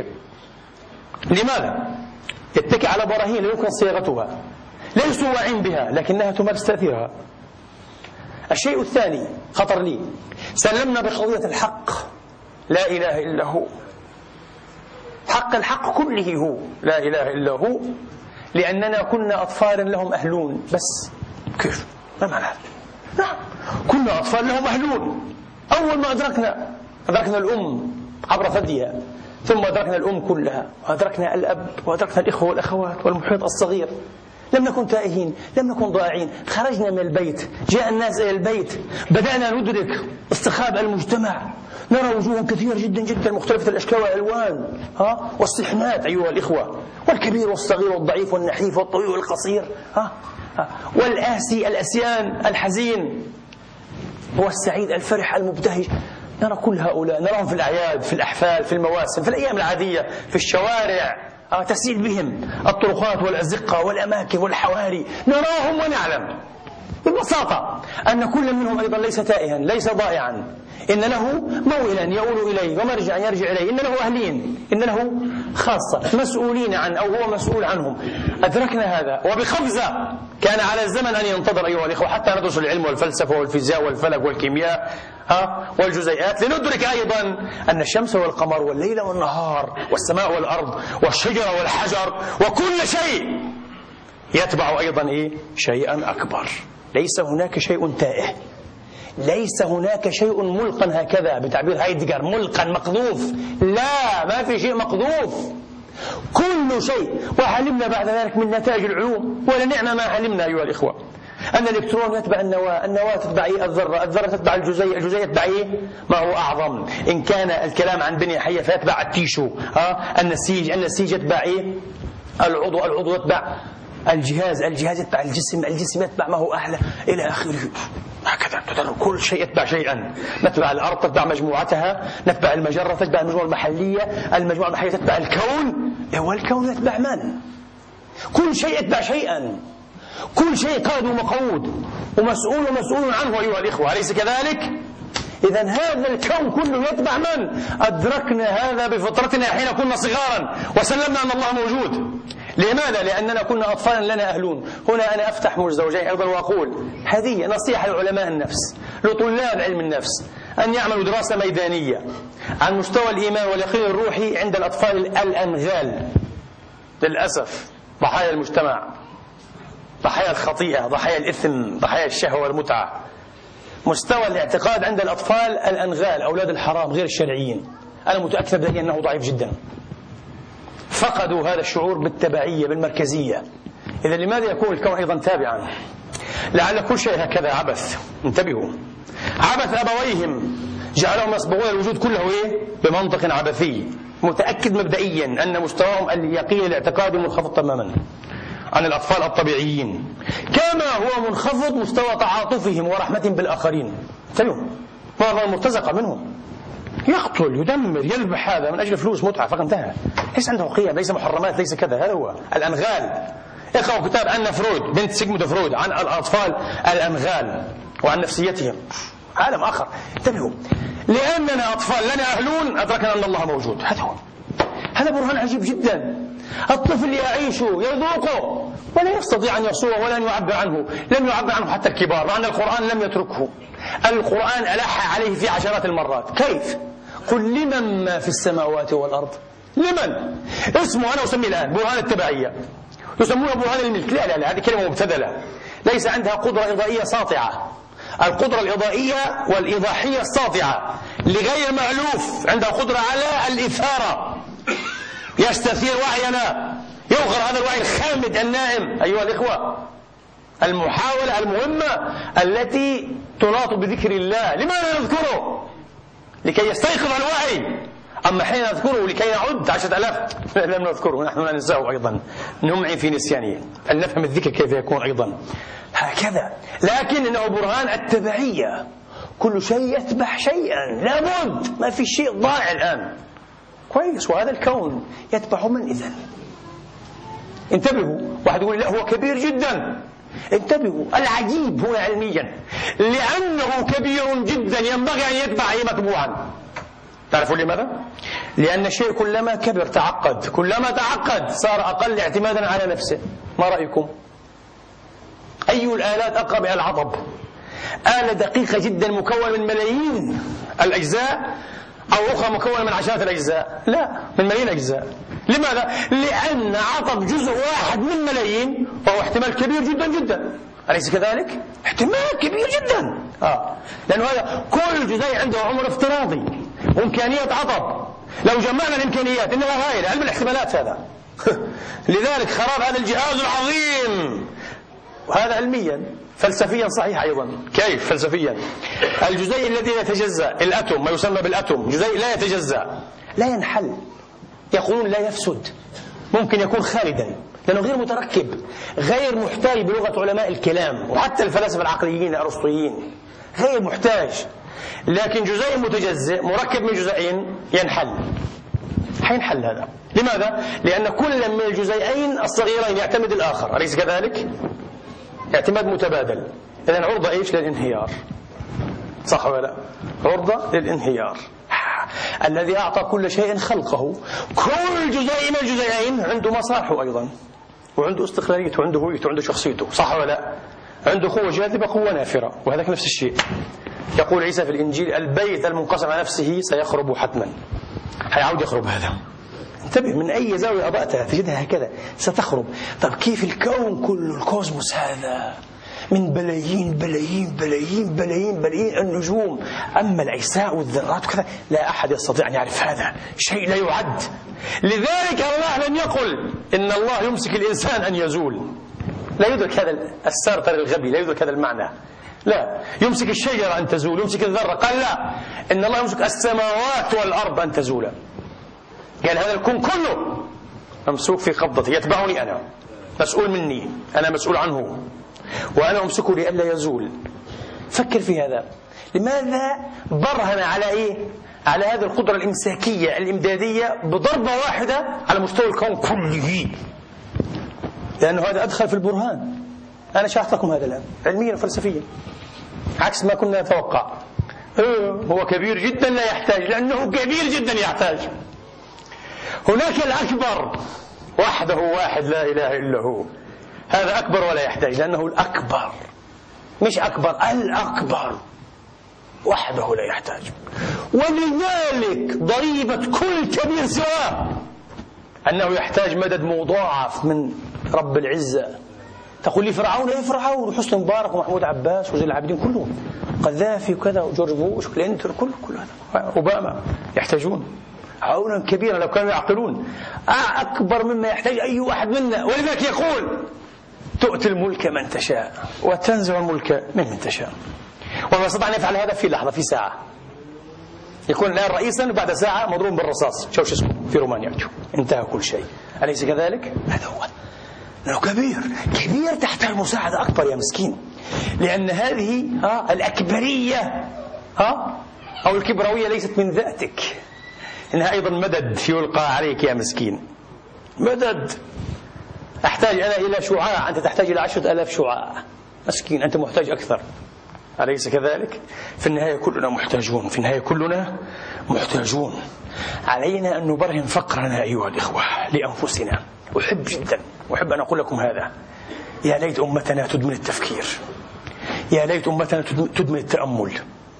لماذا؟ يتكئ على براهين لا يمكن صياغتها، ليسوا واعين بها لكنها تمارس تأثيرها. الشيء الثاني خطر لي، سلمنا بقضية الحق، لا إله إلا هو، حق الحق كله هو، لا إله إلا هو، لأننا كنا أطفال لهم أهلون. بس كيف؟ ما معنى هذا؟ نعم، كنا أطفال لهم أهلون. أول ما أدركنا أدركنا الأم عبر ثديها، ثم أدركنا الأم كلها، وأدركنا الأب، وأدركنا الإخوة والأخوات والمحيط الصغير. لم نكن تائهين، لم نكن ضائعين، خرجنا من البيت، جاء الناس إلى البيت، بدأنا ندرك استخاب المجتمع، نرى وجوها كثيرة جدا جدا مختلفة الأشكال والألوان، ها، والصحنات أيها الإخوة، والكبير والصغير والضعيف والنحيف والطويل والقصير، ها، ها، والآسي الأسيان الحزين والسعيد الفرح المبتهج. نرى كل هؤلاء، نراهم في الأعياد، في الأحفال، في المواسم، في الأيام العادية، في الشوارع، تسيل بهم الطرقات والأزقة والأماكن والحواري، نراهم ونعلم ببساطة أن كل منهم أيضا ليس تائها، ليس ضائعا، إن له موئلا يؤول إليه ومرجعا يرجع إليه، إن له أهلين، إن له خاصة مسؤولين عن أو هو مسؤول عنهم. أدركنا هذا، وبخبزة كان على الزمن أن ينتظر أيها الإخوة حتى ندرس العلم والفلسفة والفيزياء والفلك والكيمياء ها والجزيئات، لندرك أيضا أن الشمس والقمر والليل والنهار والسماء والأرض والشجر والحجر وكل شيء يتبع أيضا إيه؟ شيئا أكبر. ليس هناك شيء تائه، ليس هناك شيء ملقا هكذا بتعبير هايدجر، ملقا مقذوف، لا، ما في شيء مقذوف، كل شيء. وعلمنا بعد ذلك من نتائج العلوم، ولنعم ما علمنا أيها الإخوة، أن الإلكترون يتبع النواة، النواة تتبع إيه؟ الذرة، الذرة تتبع الجزيء، الجزيء يتبع إيه؟ ما هو أعظم. إن كان الكلام عن بنية حية فيتبع التيشو، ها، النسيج، النسيج يتبع إيه؟ العضو، العضو يتبع الجهاز، الجهاز يتبع الجسم، الجسم يتبع ما هو أعلى إلى آخره. هكذا تدرك كل شيء يتبع شيئا. نتبع الأرض تتبع مجموعتها، نتبع المجرة تتبع المجموعة المحلية، المجموعة المحلية تتبع الكون، والكون يتبع من؟ كل شيء يتبع شيئا، كل شيء قائد ومقعود ومسؤول ومسؤول عنه أيها الإخوة، أليس كذلك؟ إذن هذا الكون كله يتبع من؟ أدركنا هذا بفطرتنا حين كنا صغارا، وسلمنا أن الله موجود، لماذا؟ لأننا كنا أطفالا لنا أهلون. هنا أنا أفتح مزدوجين أيضا وأقول هذه نصيحة لعلماء النفس، لطلاب علم النفس، أن يعملوا دراسة ميدانية عن مستوى الإيمان واليقين الروحي عند الأطفال الأنغال. للأسف ضحايا المجتمع، ضحايا الخطيئة، ضحايا الإثم، ضحايا الشهوة والمتعة. مستوى الاعتقاد عند الأطفال الأنغال أولاد الحرام غير الشرعيين، أنا متأكد به أنه ضعيف جدا. فقدوا هذا الشعور بالتبعية بالمركزية. إذا لماذا يكون الكون أيضا تابعا؟ لعل كل شيء هكذا عبث. انتبهوا، عبث أبويهم جعلهم يصبغون الوجود كله إيه؟ بمنطق عبثي. متأكد مبدئيا أن مستواهم اليقين الاعتقادي منخفض تماما عن الأطفال الطبيعيين، كما هو منخفض مستوى تعاطفهم ورحمتهم بالآخرين. انتبهوا، معظم المرتزقة منهم يقتل يدمر يذبح هذا من أجل فلوس متعة فقط، انتهى. ليس عنده قيم، ليس محرمات، ليس كذا. هذا هو الأنغال. اقرأوا كتاب أن فرويد، بنت سيغموند فرويد، عن الأطفال الأنغال وعن نفسيتهم. عالم آخر. انتبهوا، لأننا أطفال لنا أهلون أدركنا أن الله موجود. هذا هو. هذا برهان عجيب جدا. الطفل يعيش يذوقه ولا يستطيع أن يصوغ ولا أن يعبر عنه. لم يعبر عنه حتى الكبار، مع أن القرآن لم يتركه. القرآن ألح عليه في عشرات المرات. كيف؟ قل لمن ما في السماوات والأرض. لمن؟ اسمه أنا أسميه الآن برهان التبعية، يسمونه برهان الملك. لا لا لا، هذه كلمة مبتذلة، ليس عندها قدرة إضائية ساطعة. القدرة الإضائية والإيضاحية الساطعة لغير مألوف، عندها قدرة على الإثارة، يستثير وعينا، يوغر هذا الوعي الخامد النائم. أيها الإخوة، المحاولة المهمة التي تناط بذكر الله. لماذا نذكره؟ لكي يستيقظ الوعي. أما حين نذكره لكي نعد عشرة ألاف لم نذكره، نحن لا ننساه أيضا، نمعي في نسيانه. أن نفهم الذكر كيف يكون أيضا هكذا. لكن إنه برهان التبعية، كل شيء يتبع شيئا، لابد، ما في شيء ضائع الآن. كويس، وهذا الكون يتبع من إذن؟ انتبهوا. واحد يقول لا هو كبير جدا. انتبهوا، العجيب هنا علميا لأنه كبير جدا ينبغي أن يتبع أي متبوعا. تعرفون لماذا؟ لأن الشيء كلما كبر تعقد، كلما تعقد صار أقل اعتمادا على نفسه. ما رأيكم؟ أي الآلات أقرب إلى العطب؟ آلة دقيقة جدا مكونة من ملايين الأجزاء، أو أخرى مكونة من عشرات الأجزاء؟ لا، من ملايين أجزاء. لماذا؟ لأن عطب جزء واحد من ملايين وهو احتمال كبير جدا جدا، أليس كذلك؟ احتمال كبير جدا. آه. لأنه هذا كل جزيء عنده عمر افتراضي وإمكانيات عطب. لو جمعنا الإمكانيات إنها هائلة، علم الاحتمالات هذا. لذلك خراب هذا الجهاز العظيم، وهذا علميا فلسفيا صحيح أيضا. كيف فلسفيا؟ الجزيء الذي يتجزأ، الأتوم، ما يسمى بالأتوم، جزيء لا يتجزأ، لا ينحل، يقولون لا يفسد، ممكن يكون خالدا لأنه غير متركب، غير محتاج بلغة علماء الكلام وحتى الفلاسفة العقليين الأرسطويين، غير محتاج. لكن جزيء متجزئ مركب من جزئين ينحل، حينحل هذا. لماذا؟ لأن كل من الجزيئين الصغيرين يعتمد الآخر، أليس كذلك؟ اعتماد متبادل. إذن عرضة إيش؟ للانهيار. صح ولا لا؟ عرضة للانهيار. الذي أعطى كل شيء خلقه، كل جزيء من الجزيئين عنده مصالحه أيضا، وعنده استقلاليته، وعنده هويته، وعنده شخصيته. صح ولا لا؟ عنده قوة جاذبة، قوة نافرة، وهذاك نفس الشيء. يقول عيسى في الإنجيل: البيت المنقسم على نفسه سيخرب حتما. هيعود يخرب هذا. انتبه، من أي زاوية أضأتها تجدها هكذا ستخرب. طب كيف الكون كله، الكوزموس هذا من بلايين بلايين بلايين بلايين بلايين النجوم، أما الأجساء والذرات وكذا لا أحد يستطيع أن يعرف هذا، شيء لا يعد. لذلك الله لم يقل إن الله يمسك الإنسان أن يزول، لا يدرك هذا السارتر الغبي، لا يدرك هذا المعنى. لا، يمسك الشجرة أن تزول، يمسك الذرة. قال لا، إن الله يمسك السماوات والأرض أن تزولا. قال هذا الكون كله ممسوك في قبضتي، يتبعني أنا، مسؤول مني، أنا مسؤول عنه، وأنا أمسكه لئلا يزول. فكر في هذا. لماذا برهن على إيه؟ على هذه القدرة الإمساكية الإمدادية بضربة واحدة على مستوى الكون كله؟ لأنه هذا أدخل في البرهان. أنا شرحت لكم هذا الآن علميا وفلسفيا عكس ما كنا نتوقع. هو كبير جدا لا يحتاج، لأنه كبير جدا يحتاج. هناك الأكبر وحده واحد لا إله إلا هو. هذا أكبر ولا يحتاج، لأنه الأكبر، مش أكبر، الأكبر وحده لا يحتاج. ولذلك ضريبة كل كبير سواه أنه يحتاج مدد مضاعف من رب العزة. تقول لي فرعون، ايه فرعون وحسني مبارك ومحمود عباس وزين العابدين كلهم، قذافي وكذا وجورج بوش وكلينتون، كل كل هذا أوباما يحتاجون عونا كبيرا لو كانوا يعقلون، أكبر مما يحتاج أي واحد منا. ولذلك يقول تؤتي الملك من تشاء وتنزع الملك ممن تشاء. وما استطاع أن يفعل هذا في لحظة، في ساعة. يكون الآن رئيسا وبعد ساعة مضروب بالرصاص شوشسكو في رومانيا، انتهى كل شيء. أليس كذلك؟ هذا هو، لأنه كبير كبير تحتاج مساعدة أكبر يا مسكين. لأن هذه ها الأكبرية ها أو الكبروية ليست من ذاتك، إنها أيضا مدد يلقى عليك يا مسكين، مدد. أحتاج أنا إلى شعاع، أنت تحتاج إلى عشرة آلاف شعاع، مسكين أنت محتاج أكثر. أليس كذلك؟ في النهاية كلنا محتاجون، في النهاية كلنا محتاجون. علينا أن نبرهن فقرنا أيها الإخوة لأنفسنا. أحب جدا، أحب أن أقول لكم هذا، يا ليت أمتنا تدمن التفكير، يا ليت أمتنا تدمن التأمل.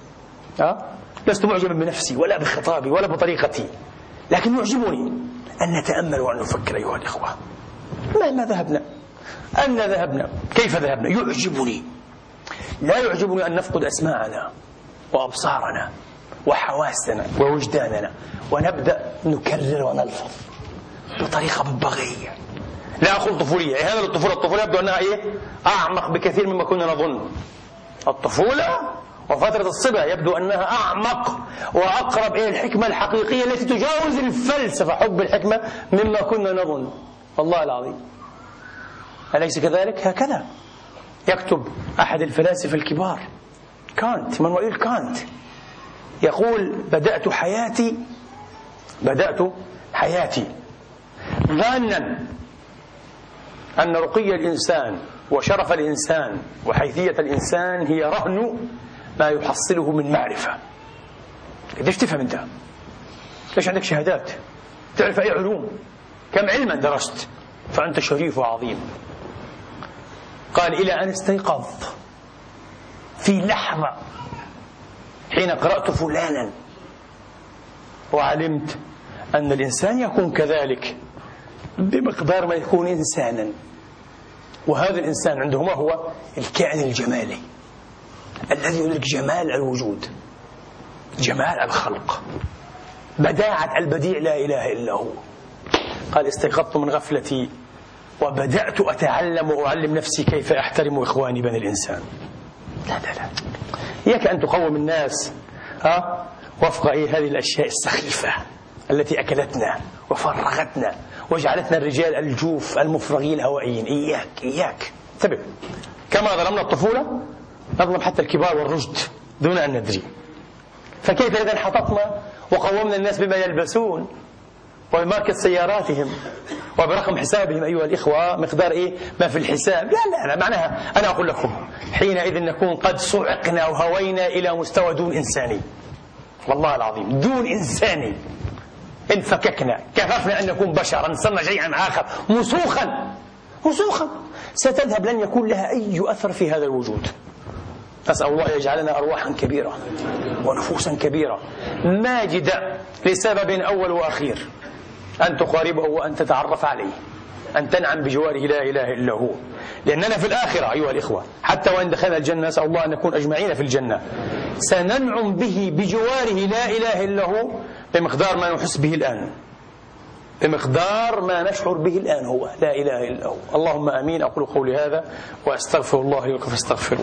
أه؟ لست معجبا بنفسي ولا بخطابي ولا بطريقتي، لكن يعجبني أن نتأمل وأن نفكر أيها الإخوة. مهما ذهبنا، أن ذهبنا، كيف ذهبنا، يعجبني. لا يعجبني أن نفقد أسماعنا وأبصارنا وحواسنا ووجداننا ونبدأ نكرر ونلفظ بطريقة ببغية. لا أقول طفولية، إيه هذا الطفولة؟ الطفولة يبدو أنها إيه؟ أعمق بكثير مما كنا نظن. الطفولة وفترة الصبا يبدو أنها أعمق وأقرب إلى الحكمة الحقيقية التي تجاوز الفلسفة، حب الحكمة، مما كنا نظن. والله العظيم أليس كذلك؟ هكذا يكتب أحد الفلاسفة الكبار كانت، مانويل كانت، يقول بدأت حياتي بدأت حياتي ظانا أن رقي الإنسان وشرف الإنسان وحيثية الإنسان هي رهن ما يحصله من معرفة. ليش تفهم أنت؟ ليش عندك شهادات؟ تعرف أي علوم؟ كم علما درست؟ فأنت شريف وعظيم. قال إلى أن استيقظت في لحظة حين قرأت فلانا وعلمت أن الإنسان يكون كذلك بمقدار ما يكون إنسانا، وهذا الإنسان عنده ما هو الكائن الجمالي الذي يدرك جمال الوجود، جمال الخلق، بداعة البديع لا إله إلا هو. قال استيقظت من غفلتي وبدأت أتعلم وأعلم نفسي كيف أحترم إخواني بني الإنسان. لا لا لا، إياك أن تقوم الناس ها وفق إيه هذه الأشياء السخيفة التي أكلتنا وفرغتنا وجعلتنا الرجال الجوف المفرغين الهوائيين. إياك إياك انتبه، كما ظلمنا الطفولة نظلم حتى الكبار والرشد دون أن ندري. فكيف إذا انحططنا وقومنا الناس بما يلبسون وبماركة سياراتهم وبرقم حسابهم أيها الإخوة، مقدار إيه ما في الحساب؟ لا لا لا، معناها أنا أقول لكم حينئذ نكون قد صعقنا وهوينا إلى مستوى دون إنساني. والله العظيم دون إنساني، انفككنا، كففنا أن نكون بشرا، صرنا شيئا آخر، مسوخا مسوخا ستذهب، لن يكون لها أي أثر في هذا الوجود. نسأل الله يجعلنا أرواحا كبيرة ونفوسا كبيرة ماجدة لسبب أول وأخير، أن تقاربه وأن تتعرف عليه، أن تنعم بجواره لا إله إلا هو. لأننا في الآخرة أيها الإخوة حتى وإن دخلنا الجنة، نسأل الله أن نكون أجمعين في الجنة، سننعم به بجواره لا إله إلا هو بمقدار ما نحس به الآن، بمقدار ما نشعر به الآن هو لا إله إلا هو. اللهم آمين. أقول قولي هذا وأستغفر الله لي ولكم فاستغفروه.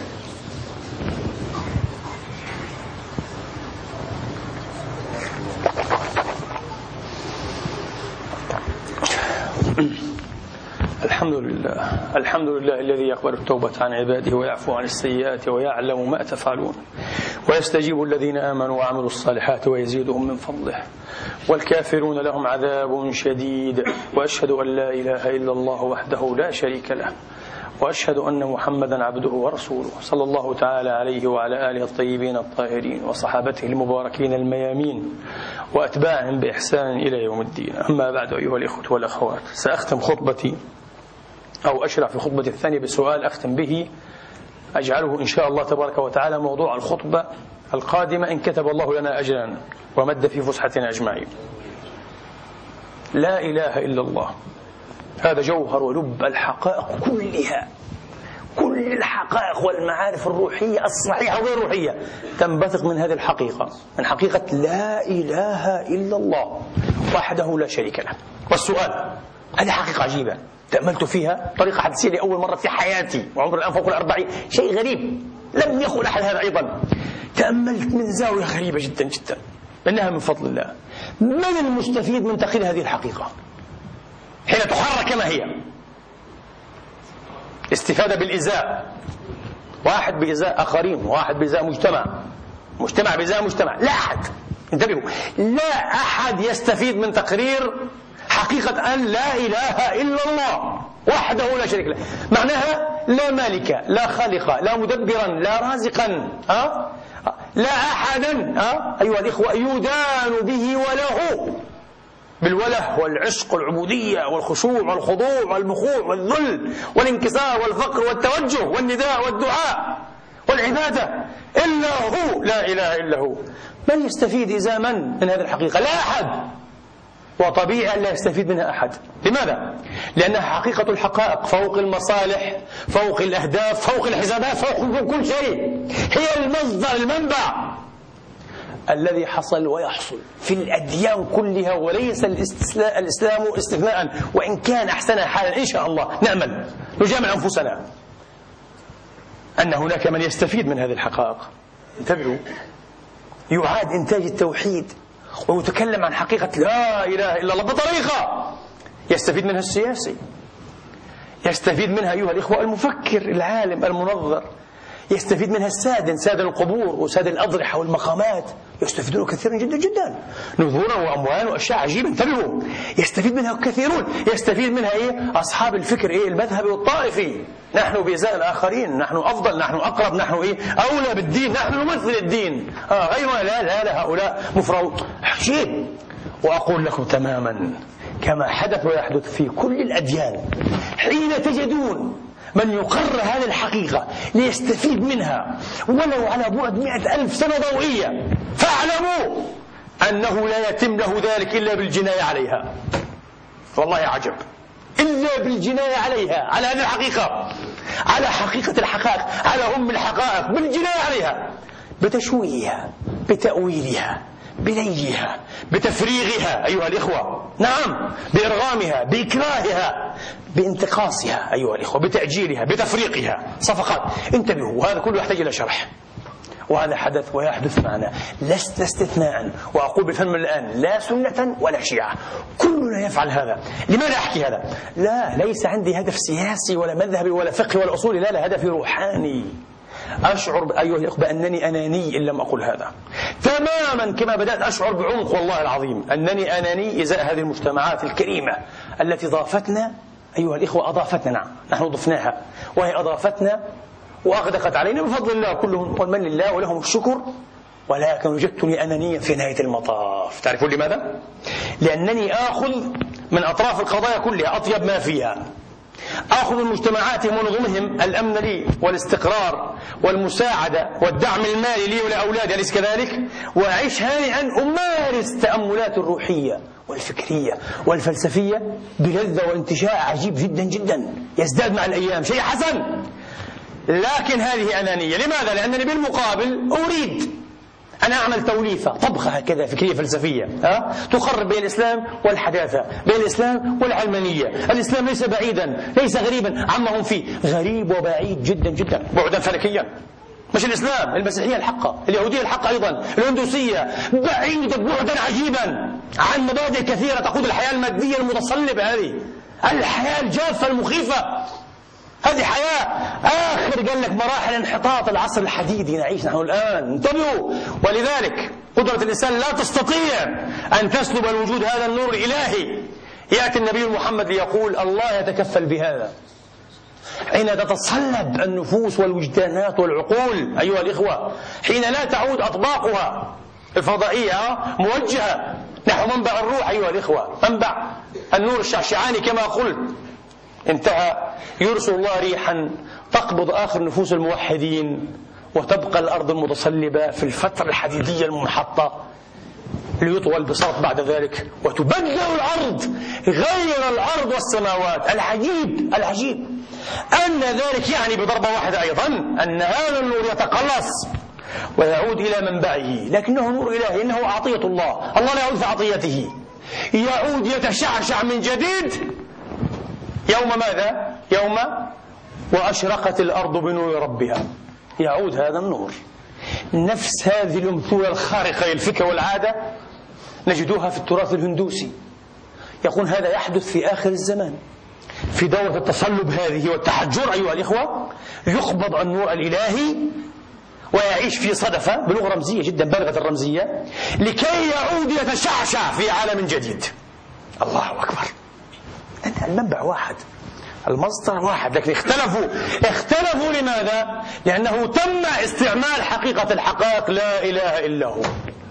الحمد لله الحمد لله الذي يقبل التوبة عن عباده ويعفو عن السيئات ويعلم ما تفعلون ويستجيب الذين آمنوا وعملوا الصالحات ويزيدهم من فضله والكافرون لهم عذاب شديد. وأشهد أن لا إله إلا الله وحده لا شريك له وأشهد أن محمدا عبده ورسوله صلى الله تعالى عليه وعلى آله الطيبين الطاهرين وصحابته المباركين الميامين وأتباعهم بإحسان إلى يوم الدين. أما بعد أيها الإخوة والأخوات، سأختم خطبتي أو أشرع في خطبتي الثانية بسؤال أختم به، أجعله إن شاء الله تبارك وتعالى موضوع الخطبة القادمة إن كتب الله لنا أجرا ومد في فسحتنا أجمعين. لا إله إلا الله، هذا جوهر ولب الحقائق كلها. كل الحقائق والمعارف الروحية الصحيحة وغير الروحية تنبثق من هذه الحقيقة، من حقيقة لا إله إلا الله وحده لا شريك له. والسؤال، هذه حقيقة عجيبة تأملت فيها، طريقة حديثية لأول مرة في حياتي وعمر الآن فوق الأربعين، شيء غريب لم يقل أحد هذا أيضا. تأملت من زاوية غريبة جدا جدا، إنها من فضل الله. من المستفيد من تقرير هذه الحقيقة حين تحرك كما هي؟ استفادة بالإزاء، واحد بإزاء آخرين، واحد بإزاء مجتمع، مجتمع بإزاء مجتمع. لا أحد، انتبهوا، لا أحد يستفيد من تقرير حقيقة أن لا إله إلا الله وحده لا شريك له. معناها لا مالك، لا خالق، لا مدبرا، لا رازقا، أه؟ لا أحدا، أه؟ أيها الإخوة، يدان به وله، بالوله والعشق والعبودية والخشوع والخضوع والبخوع والذل والانكسار والفقر والتوجه والنداء والدعاء والعبادة، إلا هو، لا إله إلا هو. من يستفيد إذا من من هذه الحقيقة؟ لا أحد، وطبيعي أن لا يستفيد منها أحد. لماذا؟ لأنها حقيقة الحقائق، فوق المصالح، فوق الأهداف، فوق الحسابات، فوق كل شيء. هي المصدر، المنبع الذي حصل ويحصل في الأديان كلها، وليس الإسلام استثناء، وإن كان أحسن حالا إن شاء الله نأمل نجامل أنفسنا أن هناك من يستفيد من هذه الحقائق. انتبهوا، يعاد إنتاج التوحيد ويتكلم عن حقيقة لا إله إلا الله بطريقة يستفيد منها السياسي، يستفيد منها أيها الإخوة المفكر العالم المنظر، يستفيد منها السادن، سادن القبور وسادن الأضرحة والمقامات، يستفيدون كثيرا جدا جدا، نذورا وأموال وأشياء عجيبة. انتبهوا، يستفيد منها كثيرون. يستفيد منها إيه؟ أصحاب الفكر إيه؟ المذهبي والطائفي، نحن بإزاء الآخرين، نحن أفضل، نحن أقرب، نحن إيه؟ أولى بالدين، نحن نمثل الدين، آه غيرنا لا لا لا هؤلاء مفروض عجيب. وأقول لكم تماما كما حدث ويحدث في كل الأديان، حين تجدون من يقرر هذه الحقيقة ليستفيد منها ولو على بعد مئة ألف سنة ضوئية، فاعلموا أنه لا يتم له ذلك إلا بالجناية عليها. والله عجب، إلا بالجناية عليها، على هذه الحقيقة، على حقيقة الحقائق، على أم الحقائق، بالجناية عليها، بتشويهها، بتأويلها، بليها، بتفريغها أيها الإخوة، نعم، بإرغامها، بإكراهها، بانتقاصها أيها الإخوة، بتأجيلها، بتفريقها، صفقات. انتبهوا، هذا كله يحتاج إلى شرح، وهذا حدث ويحدث معنا، لست استثناء، وأقول بالفم الآن لا سنة ولا شيعة، كلنا يفعل هذا. لماذا أحكي هذا؟ لا، ليس عندي هدف سياسي ولا مذهبي ولا فقهي ولا أصولي، لا لا، هدفي روحاني. أشعر أيها الأخوة بأنني أناني إن لم أقل هذا، تماما كما بدأت أشعر بعمق والله العظيم أنني أناني إزاء هذه المجتمعات الكريمة التي ضافتنا أيها الإخوة، أضافتنا، نعم نحن ضفناها، وهي أضافتنا وأغدقت علينا بفضل الله، كلهم والمن لله ولهم الشكر. ولكن وجدتني أنانيا في نهاية المطاف. تعرفون لماذا؟ لأنني آخذ من أطراف القضايا كلها أطيب ما فيها، آخذ من مجتمعاتهم ونظمهم الأمن لي والاستقرار والمساعدة والدعم المالي لي ولأولادي، أليس كذلك؟ وأعيش هانئا، أمارس تأملات الروحية والفكرية والفلسفية بلذة وانتشاء عجيب جدا جدا، يزداد مع الأيام، شيء حسن. لكن هذه أنانية. لماذا؟ لأنني بالمقابل أريد أنا أعمل توليفة، طبخة هكذا فكرية فلسفية، ها؟ تقرب بين الإسلام والحداثة، بين الإسلام والعلمانية. الإسلام ليس بعيدا، ليس غريبا عما هم فيه، غريب وبعيد جدا جدا، بعدا فلكيا. مش الإسلام، المسيحية الحقة، اليهودية الحقة أيضا، الهندوسية، بعيدة بعدا عجيبا عن مبادئ كثيرة تقود الحياة المادية المتصلبة، هذه الحياة الجافة المخيفة، هذه حياة آخر قال لك مراحل انحطاط العصر الحديدي نعيش نحن الآن. انتبهوا، ولذلك قدرة الإنسان لا تستطيع أن تسلب الوجود هذا النور الإلهي. يأتي النبي محمد ليقول الله يتكفل بهذا، حين تتصلب النفوس والوجدانات والعقول أيها الإخوة، حين لا تعود أطباقها الفضائية موجهة نحو منبع الروح أيها الإخوة، منبع النور الشعشعاني كما قلت، انتهى يرسل الله ريحا تقبض آخر نفوس الموحدين، وتبقى الأرض المتصلبة في الفترة الحديدية المنحطة ليطوى البساط بعد ذلك وتبدل الأرض غير الأرض والسماوات. العجيب العجيب أن ذلك يعني بضربة واحدة أيضا أن هذا النور يتقلص ويعود إلى منبعه، لكنه نور إلهي، إنه عطية الله، الله لا يعود في عطيته، يعود يتشعشع من جديد يوم ماذا؟ يوم وأشرقت الأرض بنور ربها، يعود هذا النور. نفس هذه الأمثلة الخارقة للفكر والعادة نجدوها في التراث الهندوسي. يقول هذا يحدث في آخر الزمان، في دورة التصلب هذه والتحجر أيها الإخوة، يقبض النور الإلهي ويعيش في صدفة بلغة رمزية جدا بالغة الرمزية لكي يعود يتشعشع في عالم جديد. الله أكبر. المنبع واحد، المصدر واحد، لكن اختلفوا اختلفوا لماذا؟ لأنه تم استعمال حقيقة الحقائق لا إله إلا هو،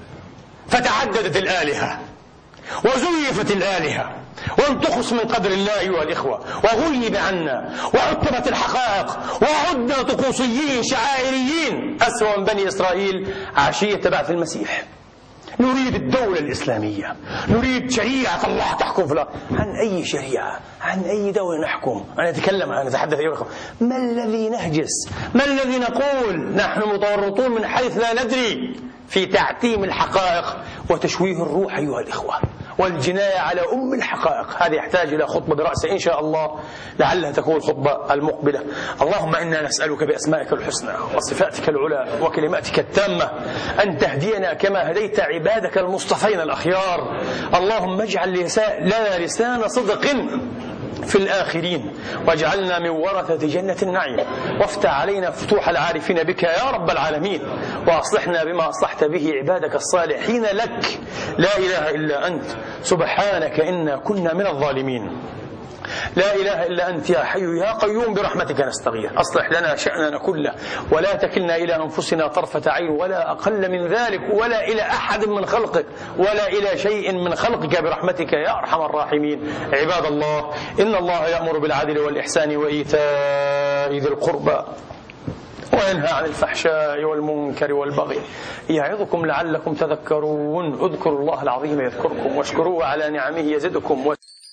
فتعددت الآلهة وزيفت الآلهة وانتقص من قدر الله أيها الإخوة وغيب عنا وعتبت الحقائق وعدنا طقوسيين شعائريين أسوأ من بني إسرائيل عشية بعث المسيح. نريد الدولة الإسلامية، نريد شريعة الله تحكم في الأرض. عن أي شريعة؟ عن أي دولة نحكم؟ أنا أتكلم أنا أتحدث أيها الأخوة، ما الذي نهجس؟ ما الذي نقول؟ نحن متورطون من حيث لا ندري في تعتيم الحقائق وتشويه الروح أيها الإخوة والجناية على أم الحقائق. هذا يحتاج إلى خطبة برأسه إن شاء الله، لعلها تكون الخطبة المقبلة. اللهم إنا نسألك بأسمائك الحسنى وصفاتك العلى وكلماتك التامة أن تهدينا كما هديت عبادك المصطفين الأخيار. اللهم اجعل لنا لسان صدق في الآخرين واجعلنا من ورثة جنة النعيم، وافتح علينا فتوح العارفين بك يا رب العالمين، وأصلحنا بما أصلحت به عبادك الصالحين لك لا إله إلا أنت سبحانك إنا كنا من الظالمين. لا إله إلا أنت يا حي يا قيوم برحمتك نستغيث، أصلح لنا شأننا كله ولا تكلنا إلى أنفسنا طرفة عين ولا أقل من ذلك ولا إلى أحد من خلقك ولا إلى شيء من خلقك برحمتك يا أرحم الراحمين. عباد الله، إن الله يأمر بالعدل والإحسان وإيتاء ذي القربى وينهى عن الفحشاء والمنكر والبغي يعظكم لعلكم تذكرون. اذكروا الله العظيم يذكركم واشكروه على نعمه يزدكم.